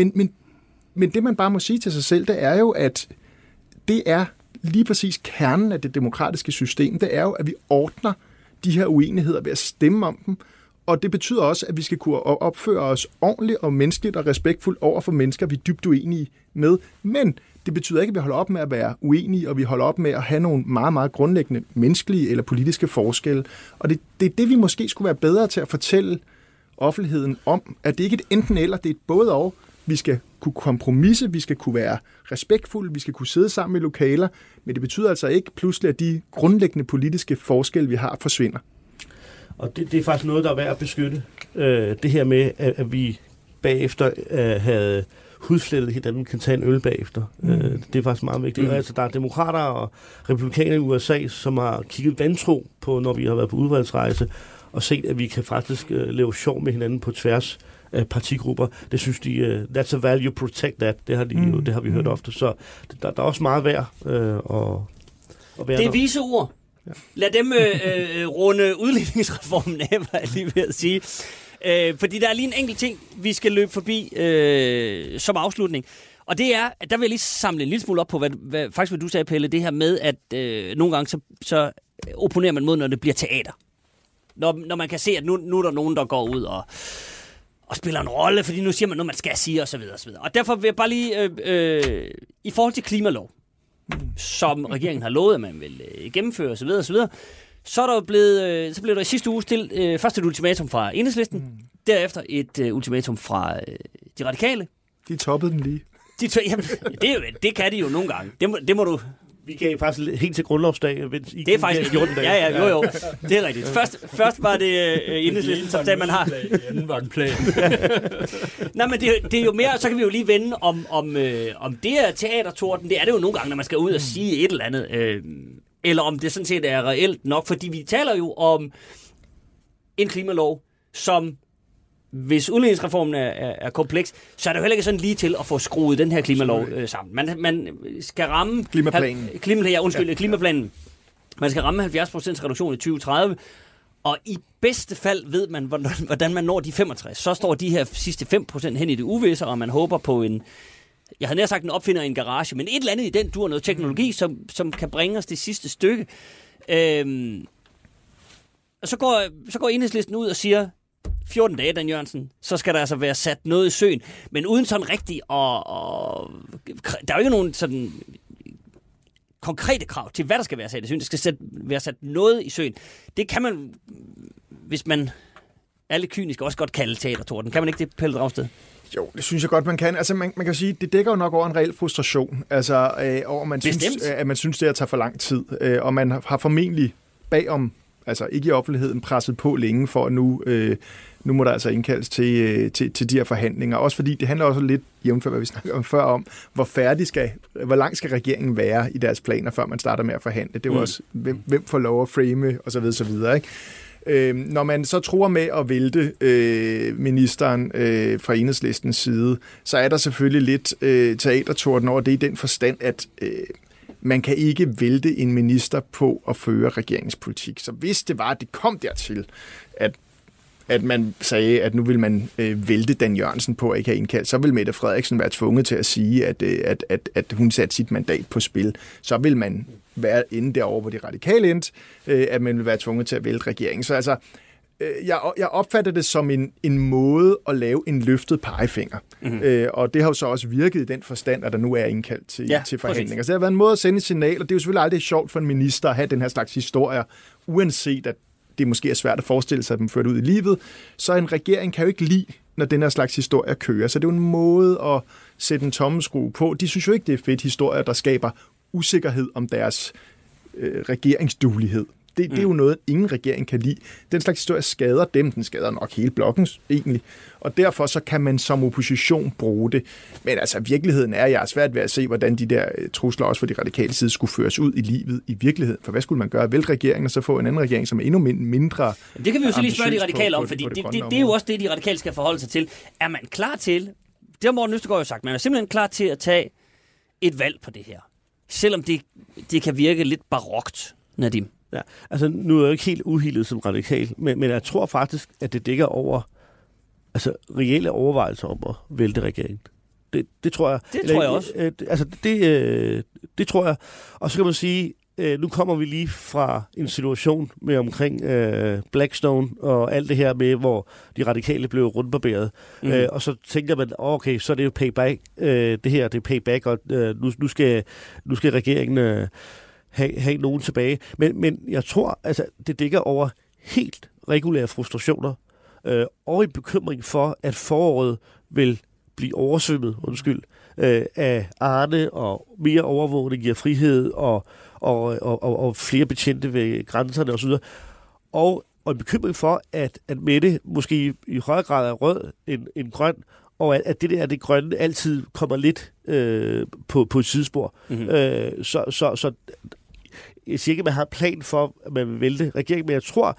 Men det, man bare må sige til sig selv, det er jo, at det er lige præcis kernen af det demokratiske system. Det er jo, at vi ordner de her uenigheder ved at stemme om dem, og det betyder også, at vi skal kunne opføre os ordentligt og menneskeligt og respektfuldt over for mennesker, vi er dybt uenige med. Men det betyder ikke, at vi holder op med at være uenige, og vi holder op med at have nogle meget, meget grundlæggende menneskelige eller politiske forskelle. Og det er det, vi måske skulle være bedre til at fortælle offentligheden om, at det ikke er et enten eller, det er et både og. Vi skal kunne kompromisse, vi skal kunne være respektfulde, vi skal kunne sidde sammen i lokaler, men det betyder altså ikke pludselig, at de grundlæggende politiske forskelle, vi har, forsvinder. Og det er faktisk noget, der er værd at beskytte. Det her med, at vi bagefter havde hudflettet hinanden, kan tage en øl bagefter. Det er faktisk meget vigtigt. Altså, der er demokrater og republikanere i USA, som har kigget vantro på, når vi har været på udvalgsrejse, og set, at vi kan faktisk lave sjov med hinanden på tværs af partigrupper. Det synes de, that's a value, protect that. Det har vi hørt ofte. Så der er også meget værd at være. Det er vise ord. Ja. Lad dem runde udligningsreformen af, var jeg lige ved at sige. Fordi der er lige en enkelt ting, vi skal løbe forbi som afslutning. Og det er, at der vil jeg lige samle en lille smule op på, hvad du sagde, Pelle, det her med, at nogle gange så opponerer man mod, når det bliver teater. Når man kan se, at nu er der nogen, der går ud og spiller en rolle, fordi nu siger man noget, man skal sige, osv. Og derfor vil jeg bare lige, i forhold til klimalov, som regeringen har lovet, at man vil gennemføre, osv., så er der jo så blev der i sidste uge stillet først et ultimatum fra Enhedslisten, derefter et ultimatum fra de radikale. De toppede den lige. Jamen, det kan de jo nogle gange. Det må du... Vi gav faktisk helt til grundlovsdag. Det er faktisk 14 dage. Ja, jo. Det er rigtigt. Først var det Enhedslisten, som sagde, man har... Anden var en plan. Nej, men det er jo mere... Så kan vi jo lige vende om det er teatertorden. Det er det jo nogle gange, når man skal ud og sige et eller andet. Eller om det sådan set er reelt nok. Fordi vi taler jo om en klimalov, som... Hvis udligningsreformen er kompleks, så er det jo heller ikke sådan lige til at få skruet den her klimalov sammen. Man skal ramme... Klimaplanen. Klimaplanen. Man skal ramme 70% reduktion i 2030, og i bedste fald ved man, hvordan man når de 65. Så står de her sidste 5% hen i det uvisse, og man håber på jeg havde nær sagt en opfinder i en garage, men et eller andet i den dur, noget teknologi, som kan bringe os det sidste stykke. Og så går Enhedslisten ud og siger... 14 dage, Dan Jørgensen, så skal der altså være sat noget i søen. Men uden sådan rigtig der er jo ikke nogen sådan konkrete krav til, hvad der skal være sat i søen. Der skal være sat noget i søen. Det kan man, hvis man er lidt kynisk, også godt kalde teatertorden. Kan man ikke det, Pelle Dragsted? Jo, det synes jeg godt, man kan. Altså, man kan sige, det dækker jo nok over en reel frustration. Altså, over man synes, det tager for lang tid. Og man har formentlig bagom, altså ikke i offentligheden, presset på længe for at nu må der altså indkaldes til de her forhandlinger. Også fordi det handler også lidt, jævnfør hvad vi snakkede om før, om hvor langt skal regeringen være i deres planer, før man starter med at forhandle. Det er jo også, hvem får lov at frame, og så videre, ikke? Når man så tror med at vælte ministeren fra Enhedslistens side, så er der selvfølgelig lidt teatertorden over det i den forstand, at man kan ikke vælte en minister på at føre regeringspolitik. Så hvis det var, at det kom dertil, at man sagde, at nu vil man vælte Dan Jørgensen på at ikke have indkaldt, så vil Mette Frederiksen være tvunget til at sige, at hun satte sit mandat på spil. Så vil man være inde derovre, hvor de radikale endte, at man vil være tvunget til at vælte regeringen. Så altså, jeg opfatter det som en måde at lave en løftet pegefinger. Mm-hmm. Og det har jo så også virket i den forstand, at der nu er indkaldt til forhandlinger. Præcis. Så det har været en måde at sende et signal, og det er jo selvfølgelig aldrig sjovt for en minister at have den her slags historier, uanset at det måske er svært at forestille sig, at dem ført ud i livet. Så en regering kan jo ikke lide, når den her slags historier kører. Så det er jo en måde at sætte en tommelskrue på. De synes jo ikke, det er fedt historier, der skaber usikkerhed om deres regeringsduelighed. Det er jo noget, ingen regering kan lide. Den slags historie skader dem. Den skader nok hele blokken egentlig. Og derfor så kan man som opposition bruge det. Men altså virkeligheden er, jeg er svært ved at se, hvordan de der trusler også fra de radikale side skulle føres ud i livet i virkeligheden. For hvad skulle man gøre? Vælte regeringen og så få en anden regering, som er endnu mindre. Det kan vi jo så lige spørge de radikale om, fordi det er jo også det, de radikale skal forholde sig til. Er man klar til, det har Morten Østergaard jo sagt, man er simpelthen klar til at tage et valg på det her. Selvom det kan virke lidt barokt, Nadim. Ja, altså nu er jeg jo ikke helt uhildet som radikal, men jeg tror faktisk, at det dækker over reelle overvejelser om at vælte regeringen. Det tror jeg. Det tror jeg også. Det tror jeg. Og så kan man sige, nu kommer vi lige fra en situation med omkring Blackstone og alt det her med, hvor de radikale blev rundbarberet. Og så tænker man, okay, så er det jo payback. Det her, det er payback, og nu skal regeringen have nogen tilbage. Men jeg tror, altså, det dækker over helt regulære frustrationer og en bekymring for, at foråret vil blive oversvømmet, af Arne og mere overvågning giver frihed og flere betjente ved grænserne osv. Og en bekymring for, at Mette måske i højere grad er rød end grøn, og at det grønne altid kommer lidt på et sidespor. Mm-hmm. Så jeg siger ikke, at man har en plan for, at man vil vælte regeringen, men jeg tror,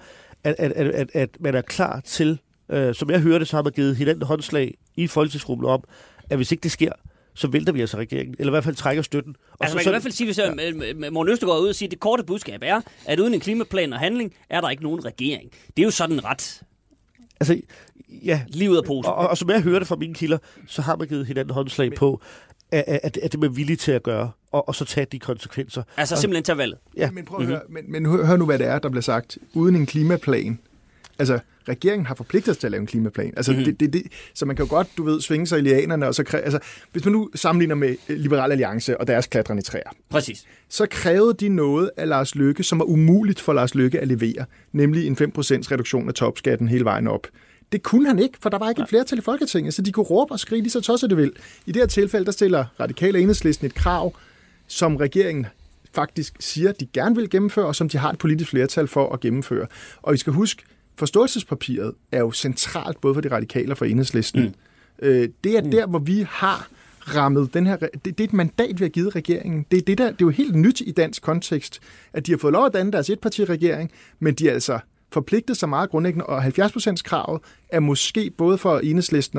at man er klar til, som jeg hørte, så har man givet hinanden håndslag i folketingsgruppen om, at hvis ikke det sker, så vælter vi altså regeringen, eller i hvert fald trækker støtten. Og altså man kan i hvert fald sige, hvis Morten Østergaard er ude og sige, at det korte budskab er, at uden en klimaplan og handling, er der ikke nogen regering. Det er jo sådan ret. Altså, ja. Lige ud af posen. Og som jeg hørte fra mine kilder, så har man givet hinanden håndslag på, at det man er villig til at gøre, og så tage de konsekvenser. Altså simpelthen tage valget. Ja. Men prøv at høre, men hør nu, hvad det er, der bliver sagt. Uden en klimaplan. Altså, regeringen har forpligtet sig til at lave en klimaplan. Altså, så man kan jo godt, svinge sig i lianerne, og så hvis man nu sammenligner med Liberal Alliance og deres klatren i træer. Præcis. Så krævede de noget af Lars Løkke, som var umuligt for Lars Løkke at levere, nemlig en 5% reduktion af topskatten hele vejen op. Det kunne han ikke, for der var ikke et flertal i Folketinget, så de kunne råbe og skrige lige så tosset det vil. I det her tilfælde, der stiller Radikale og Enhedslisten et krav, som regeringen faktisk siger, de gerne vil gennemføre, og som de har et politisk flertal for at gennemføre. Og I skal huske, forståelsespapiret er jo centralt, både for de radikale og for Enhedslisten. Det er der, hvor vi har rammet den her. Det er et mandat, vi har givet regeringen. Det er jo helt nyt i dansk kontekst, at de har fået lov at danne deres etpartiregering, men de er altså forpligtet sig meget grundlæggende, og 70%-kravet er måske både for Enhedslisten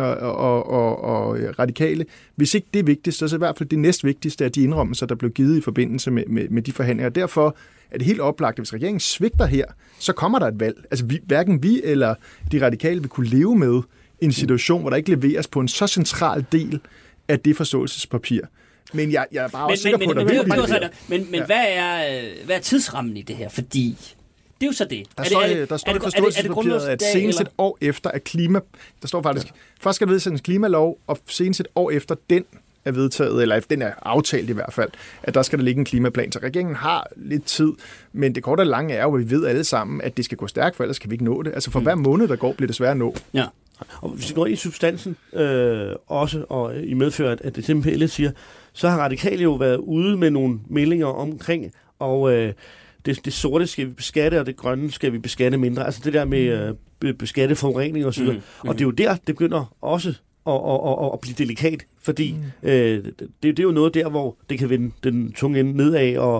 og radikale, hvis ikke det vigtigste, så i hvert fald det næstvigtigste af de indrømmelser, der blev givet i forbindelse med de forhandlinger. Derfor er det helt oplagt, at hvis regeringen svigter her, så kommer der et valg. Altså hverken vi eller de radikale vil kunne leve med en situation, hvor der ikke leveres på en så central del af det forståelsespapir. Men jeg er bare også sikker på, at der vil Men hvad er tidsrammen i det her? Fordi det er jo så det. Der står i forståelsespapiret, at senest et år efter at der står faktisk, først skal der vedtages en klimalov, og senest et år efter den er vedtaget, eller den er aftalt i hvert fald, at der skal der ligge en klimaplan. Så regeringen har lidt tid, men det korte og lange er jo, at vi ved alle sammen, at det skal gå stærkt, for ellers kan vi ikke nå det. Altså for hver måned, der går, bliver det svært at nå. Ja. Og hvis vi går i substansen også, og i medført, at det simpelthen siger, så har radikale jo været ude med nogle meldinger omkring, og det sorte skal vi beskatte, og det grønne skal vi beskatte mindre. Altså det der med beskatte forurening og så videre. Og det er jo der, det begynder også at blive delikat, fordi det er jo noget der, hvor det kan vende den tunge ende nedad,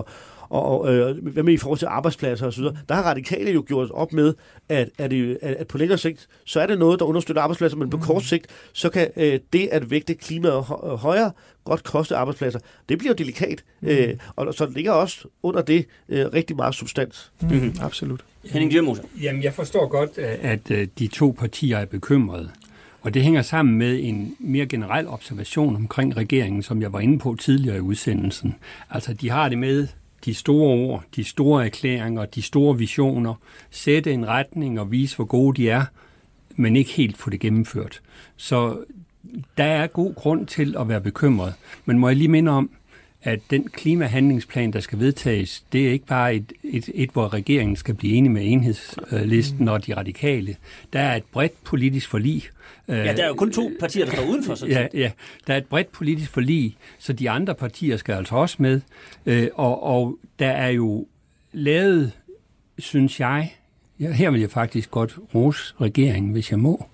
hvad med i forhold til arbejdspladser osv. Der har radikale jo gjort op med, at på længere sigt, så er det noget, der understøtter arbejdspladser, men på kort sigt, så kan det at vægte klimaet højere godt koste arbejdspladser. Det bliver jo delikat, og så ligger også under det rigtig meget substans. Absolut. Henning Dyremose. Jamen, jeg forstår godt, at de to partier er bekymrede. Og det hænger sammen med en mere generel observation omkring regeringen, som jeg var inde på tidligere i udsendelsen. Altså, de har det med de store ord, de store erklæringer, de store visioner, sætte en retning og vise, hvor gode de er, men ikke helt få det gennemført. Så der er god grund til at være bekymret. Men må jeg lige minde om, at den klimahandlingsplan, der skal vedtages, det er ikke bare et hvor regeringen skal blive enig med Enhedslisten og de radikale. Der er et bredt politisk forlig. Ja, der er jo kun 2 partier, der står udenfor. Ja, der er et bredt politisk forlig, så de andre partier skal altså også med. Og der er jo lavet, synes jeg, her vil jeg faktisk godt rose regeringen, hvis jeg må.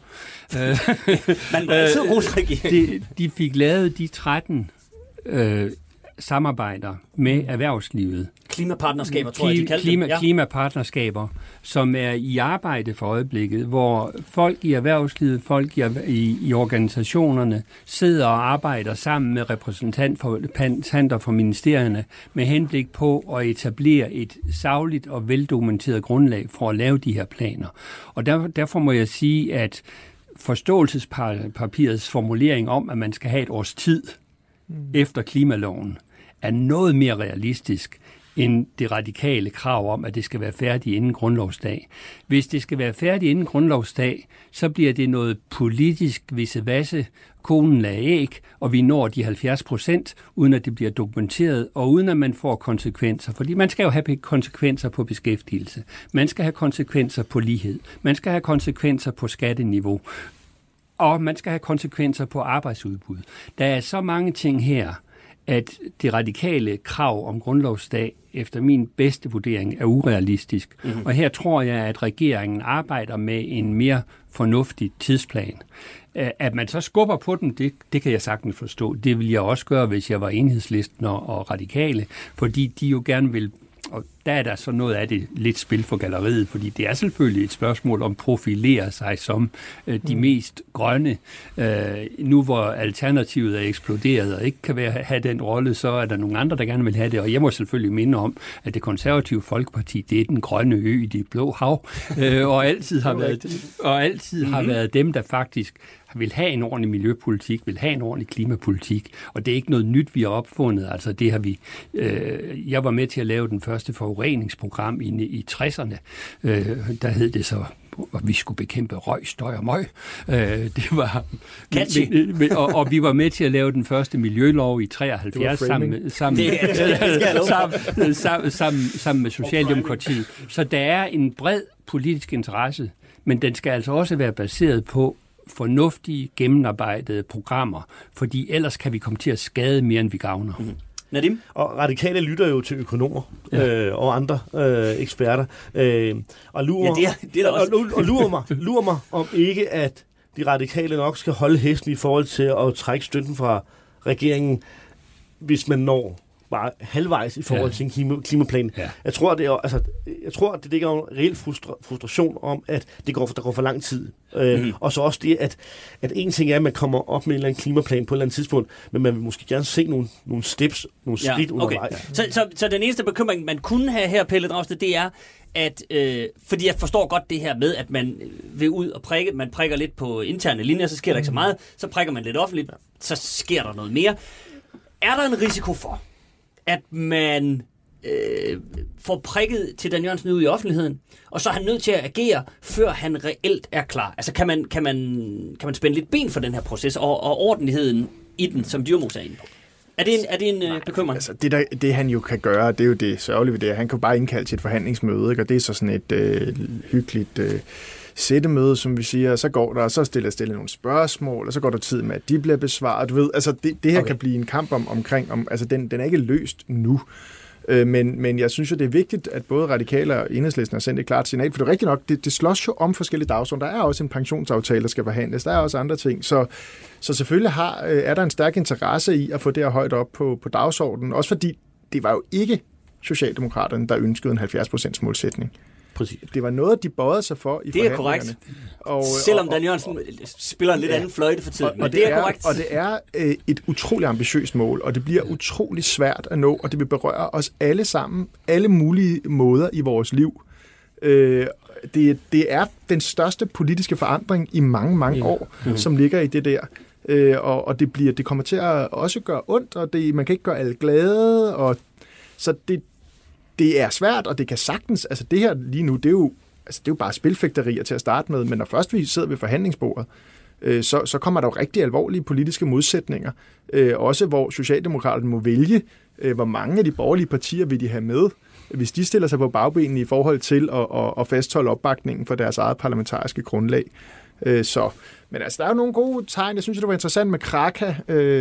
Man må altid rose regeringen. De fik lavet de 13 samarbejder med erhvervslivet. Klimapartnerskaber, tror jeg, de kaldte dem. Klimapartnerskaber, som er i arbejde for øjeblikket, hvor folk i erhvervslivet, folk i organisationerne sidder og arbejder sammen med repræsentanter fra ministerierne med henblik på at etablere et sagligt og veldokumenteret grundlag for at lave de her planer. Og derfor må jeg sige, at forståelsespapirets formulering om, at man skal have et års tid efter klimaloven, er noget mere realistisk end det radikale krav om, at det skal være færdigt inden grundlovsdag. Hvis det skal være færdigt inden grundlovsdag, så bliver det noget politisk vissevasse, konen lagde æg, og vi når de 70%, uden at det bliver dokumenteret, og uden at man får konsekvenser. Fordi man skal jo have konsekvenser på beskæftigelse. Man skal have konsekvenser på lighed. Man skal have konsekvenser på skatteniveau. Og man skal have konsekvenser på arbejdsudbud. Der er så mange ting her, at det radikale krav om grundlovsdag, efter min bedste vurdering, er urealistisk. Mm-hmm. Og her tror jeg, at regeringen arbejder med en mere fornuftig tidsplan. At man så skubber på den, det kan jeg sagtens forstå. Det vil jeg også gøre, hvis jeg var Enhedslisten og radikale, fordi de jo gerne vil. Og der er der så noget af det lidt spil for galleriet, fordi det er selvfølgelig et spørgsmål om at profilere sig som de mest grønne. Nu hvor alternativet er eksploderet og ikke kan have den rolle, så er der nogle andre, der gerne vil have det. Og jeg må selvfølgelig minde om, at det konservative Folkeparti, det er den grønne ø i det blå hav, og altid har været dem, der faktisk vil have en ordentlig miljøpolitik, vil have en ordentlig klimapolitik, og det er ikke noget nyt, vi har opfundet. Altså det har vi. Jeg var med til at lave den første forureningsprogram i 60'erne. Der hed det så, at vi skulle bekæmpe røg, støj og møg. Det var og vi var med til at lave den første miljølov i 73 sammen med Socialdemokratiet. Så der er en bred politisk interesse, men den skal altså også være baseret på fornuftige, gennemarbejdede programmer, fordi ellers kan vi komme til at skade mere, end vi gavner. Mm-hmm. Nadim? Og radikale lytter jo til økonomer og andre eksperter. Og lurer mig om ikke, at de radikale nok skal holde hesten i forhold til at trække støtten fra regeringen, hvis man når bare halvvejs i forhold til en klimaplan. Ja. Jeg tror, det ligger en reel frustration om, at der går for lang tid. Og så også det, at en ting er, at man kommer op med en eller anden klimaplan på et eller andet tidspunkt, men man vil måske gerne se nogle steps, nogle skridt undervejs. Så den eneste bekymring, man kunne have her, Pelle Dragsted, det er, at, fordi jeg forstår godt det her med, at man vil ud og prikke, man prikker lidt på interne linjer, så sker der ikke så meget, så prikker man lidt offentligt, så sker der noget mere. Er der en risiko for, at man får prikket til Dan Jørgensen ud i offentligheden, og så er han nødt til at agere, før han reelt er klar? Altså kan man spænde lidt ben for den her proces, og ordentligheden i den, som Dyremose er inde på? Er det en bekymring? Altså det han jo kan gøre, det er jo det sørgelige ved det. Han kan bare indkalde til et forhandlingsmøde, ikke? Og det er så sådan et hyggeligt sættemøde, som vi siger, og så går der, og så stiller nogle spørgsmål, og så går der tid med, at de bliver besvaret. Du ved, altså det her kan blive en kamp omkring, altså den er ikke løst nu. Men jeg synes jo, det er vigtigt, at både Radikale og Enhedslisten har sendt et klart signal, for det er rigtigt nok, det slås jo om forskellige dagsordener. Der er også en pensionsaftale, der skal forhandles. Der er også andre ting. Så selvfølgelig er der en stærk interesse i at få det her højt op på dagsordenen. Også fordi det var jo ikke Socialdemokraterne, der ønskede en 70% målsætning. Præcis. Det var noget, de bøjede sig for i forhandlingerne. Det er korrekt. Selvom Dan Jørgensen spiller en lidt anden fløjte for tiden. Og det er korrekt. Og det er et utroligt ambitiøst mål, og det bliver utroligt svært at nå, og det vil berøre os alle sammen, alle mulige måder i vores liv. Det er den største politiske forandring i mange, mange år, som ligger i det der. Og det kommer til at også gøre ondt, og man kan ikke gøre alle glade, og så det er svært, og det kan sagtens, altså det her lige nu, det er jo bare spilfægterier til at starte med, men når først vi sidder ved forhandlingsbordet, så kommer der jo rigtig alvorlige politiske modsætninger, også hvor Socialdemokraterne må vælge, hvor mange af de borgerlige partier vil de have med, hvis de stiller sig på bagbenene i forhold til at fastholde opbakningen for deres eget parlamentariske grundlag. Men altså, der er jo nogle gode tegn. Jeg synes, det var interessant med Kraka,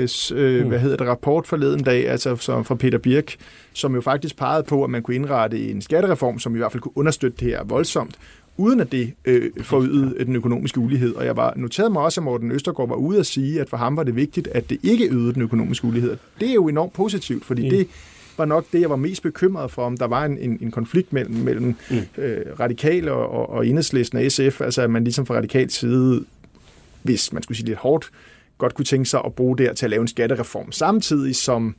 rapport forleden dag, altså fra Peter Birch, som jo faktisk pegede på, at man kunne indrette en skattereform, som i hvert fald kunne understøtte det her voldsomt, uden at det forøgede den økonomiske ulighed. Og jeg noterede mig også, at Morten Østergaard var ude at sige, at for ham var det vigtigt, at det ikke øgede den økonomiske ulighed. Det er jo enormt positivt, fordi det var nok det, jeg var mest bekymret for, om der var en konflikt mellem radikale og Enhedslisten og SF, altså at man ligesom fra radikal side, hvis man skulle sige lidt hårdt, godt kunne tænke sig at bruge det til at lave en skattereform, samtidig som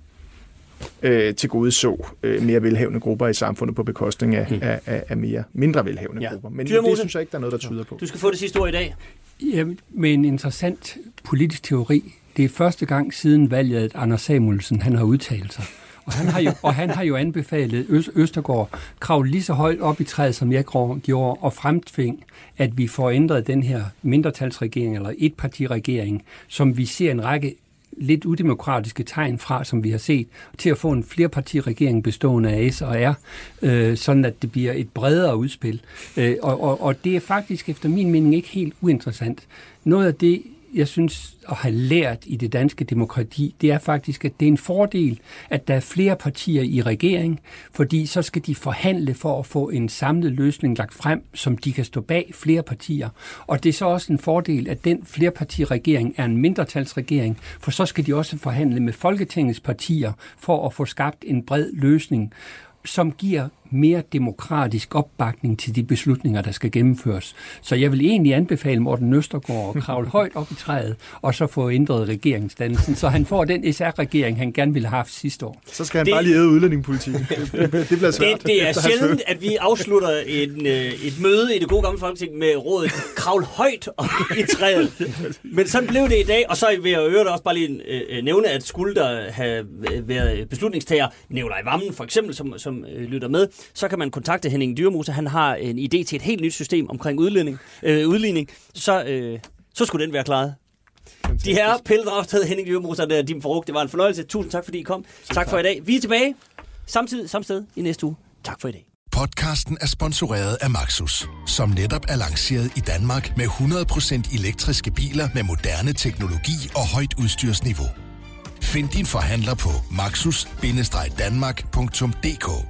til gode så mere velhavende grupper i samfundet på bekostning af mindre velhavende grupper. Men det synes jeg ikke, der er noget, der tyder på. Du skal få det sidste ord i dag. Ja, med en interessant politisk teori. Det er første gang siden valget, at Anders Samuelsen han har udtalt sig. Og han har jo anbefalet Østergaard kravle lige så højt op i træet, som jeg gjorde, og fremtving, at vi får ændret den her mindretalsregering, eller etpartiregering, som vi ser en række lidt udemokratiske tegn fra, som vi har set, til at få en flerpartiregering bestående af S og R, sådan at det bliver et bredere udspil. Og det er faktisk efter min mening ikke helt uinteressant. Noget af det, jeg synes at have lært i det danske demokrati, det er faktisk, at det er en fordel, at der er flere partier i regering, fordi så skal de forhandle for at få en samlet løsning lagt frem, som de kan stå bag flere partier. Og det er så også en fordel, at den flerpartiregering er en mindretalsregering, for så skal de også forhandle med Folketingets partier for at få skabt en bred løsning, som giver mere demokratisk opbakning til de beslutninger, der skal gennemføres. Så jeg vil egentlig anbefale Morten Østergaard at kravle højt op i træet, og så få ændret regeringsdannelsen, så han får den SR-regering, han gerne ville have haft sidste år. Så skal han bare lige æde udlændingepolitikken. Det bliver svært. Det er sjældent, at vi afslutter et møde i det gode gamle Folketing med rådet kravle højt op i træet. Men sådan blev det i dag, og så vil jeg øvrigt også bare lige nævne, at skulle der have været beslutningstager, Nikolaj Wammen for eksempel, som lytter med, så kan man kontakte Henning Dyremose. Han har en idé til et helt nyt system omkring udligning. Så skulle den være klaret. De her Pelle Dragsted, Henning Dyremose og Nadim Farooq, det var en fornøjelse. Tusind tak, fordi I kom. Tak for i dag. Vi er tilbage samtidig, samme sted i næste uge. Tak for i dag. Podcasten er sponsoreret af Maxus, som netop er lanceret i Danmark med 100% elektriske biler med moderne teknologi og højt udstyrsniveau. Find din forhandler på maxus-danmark.dk.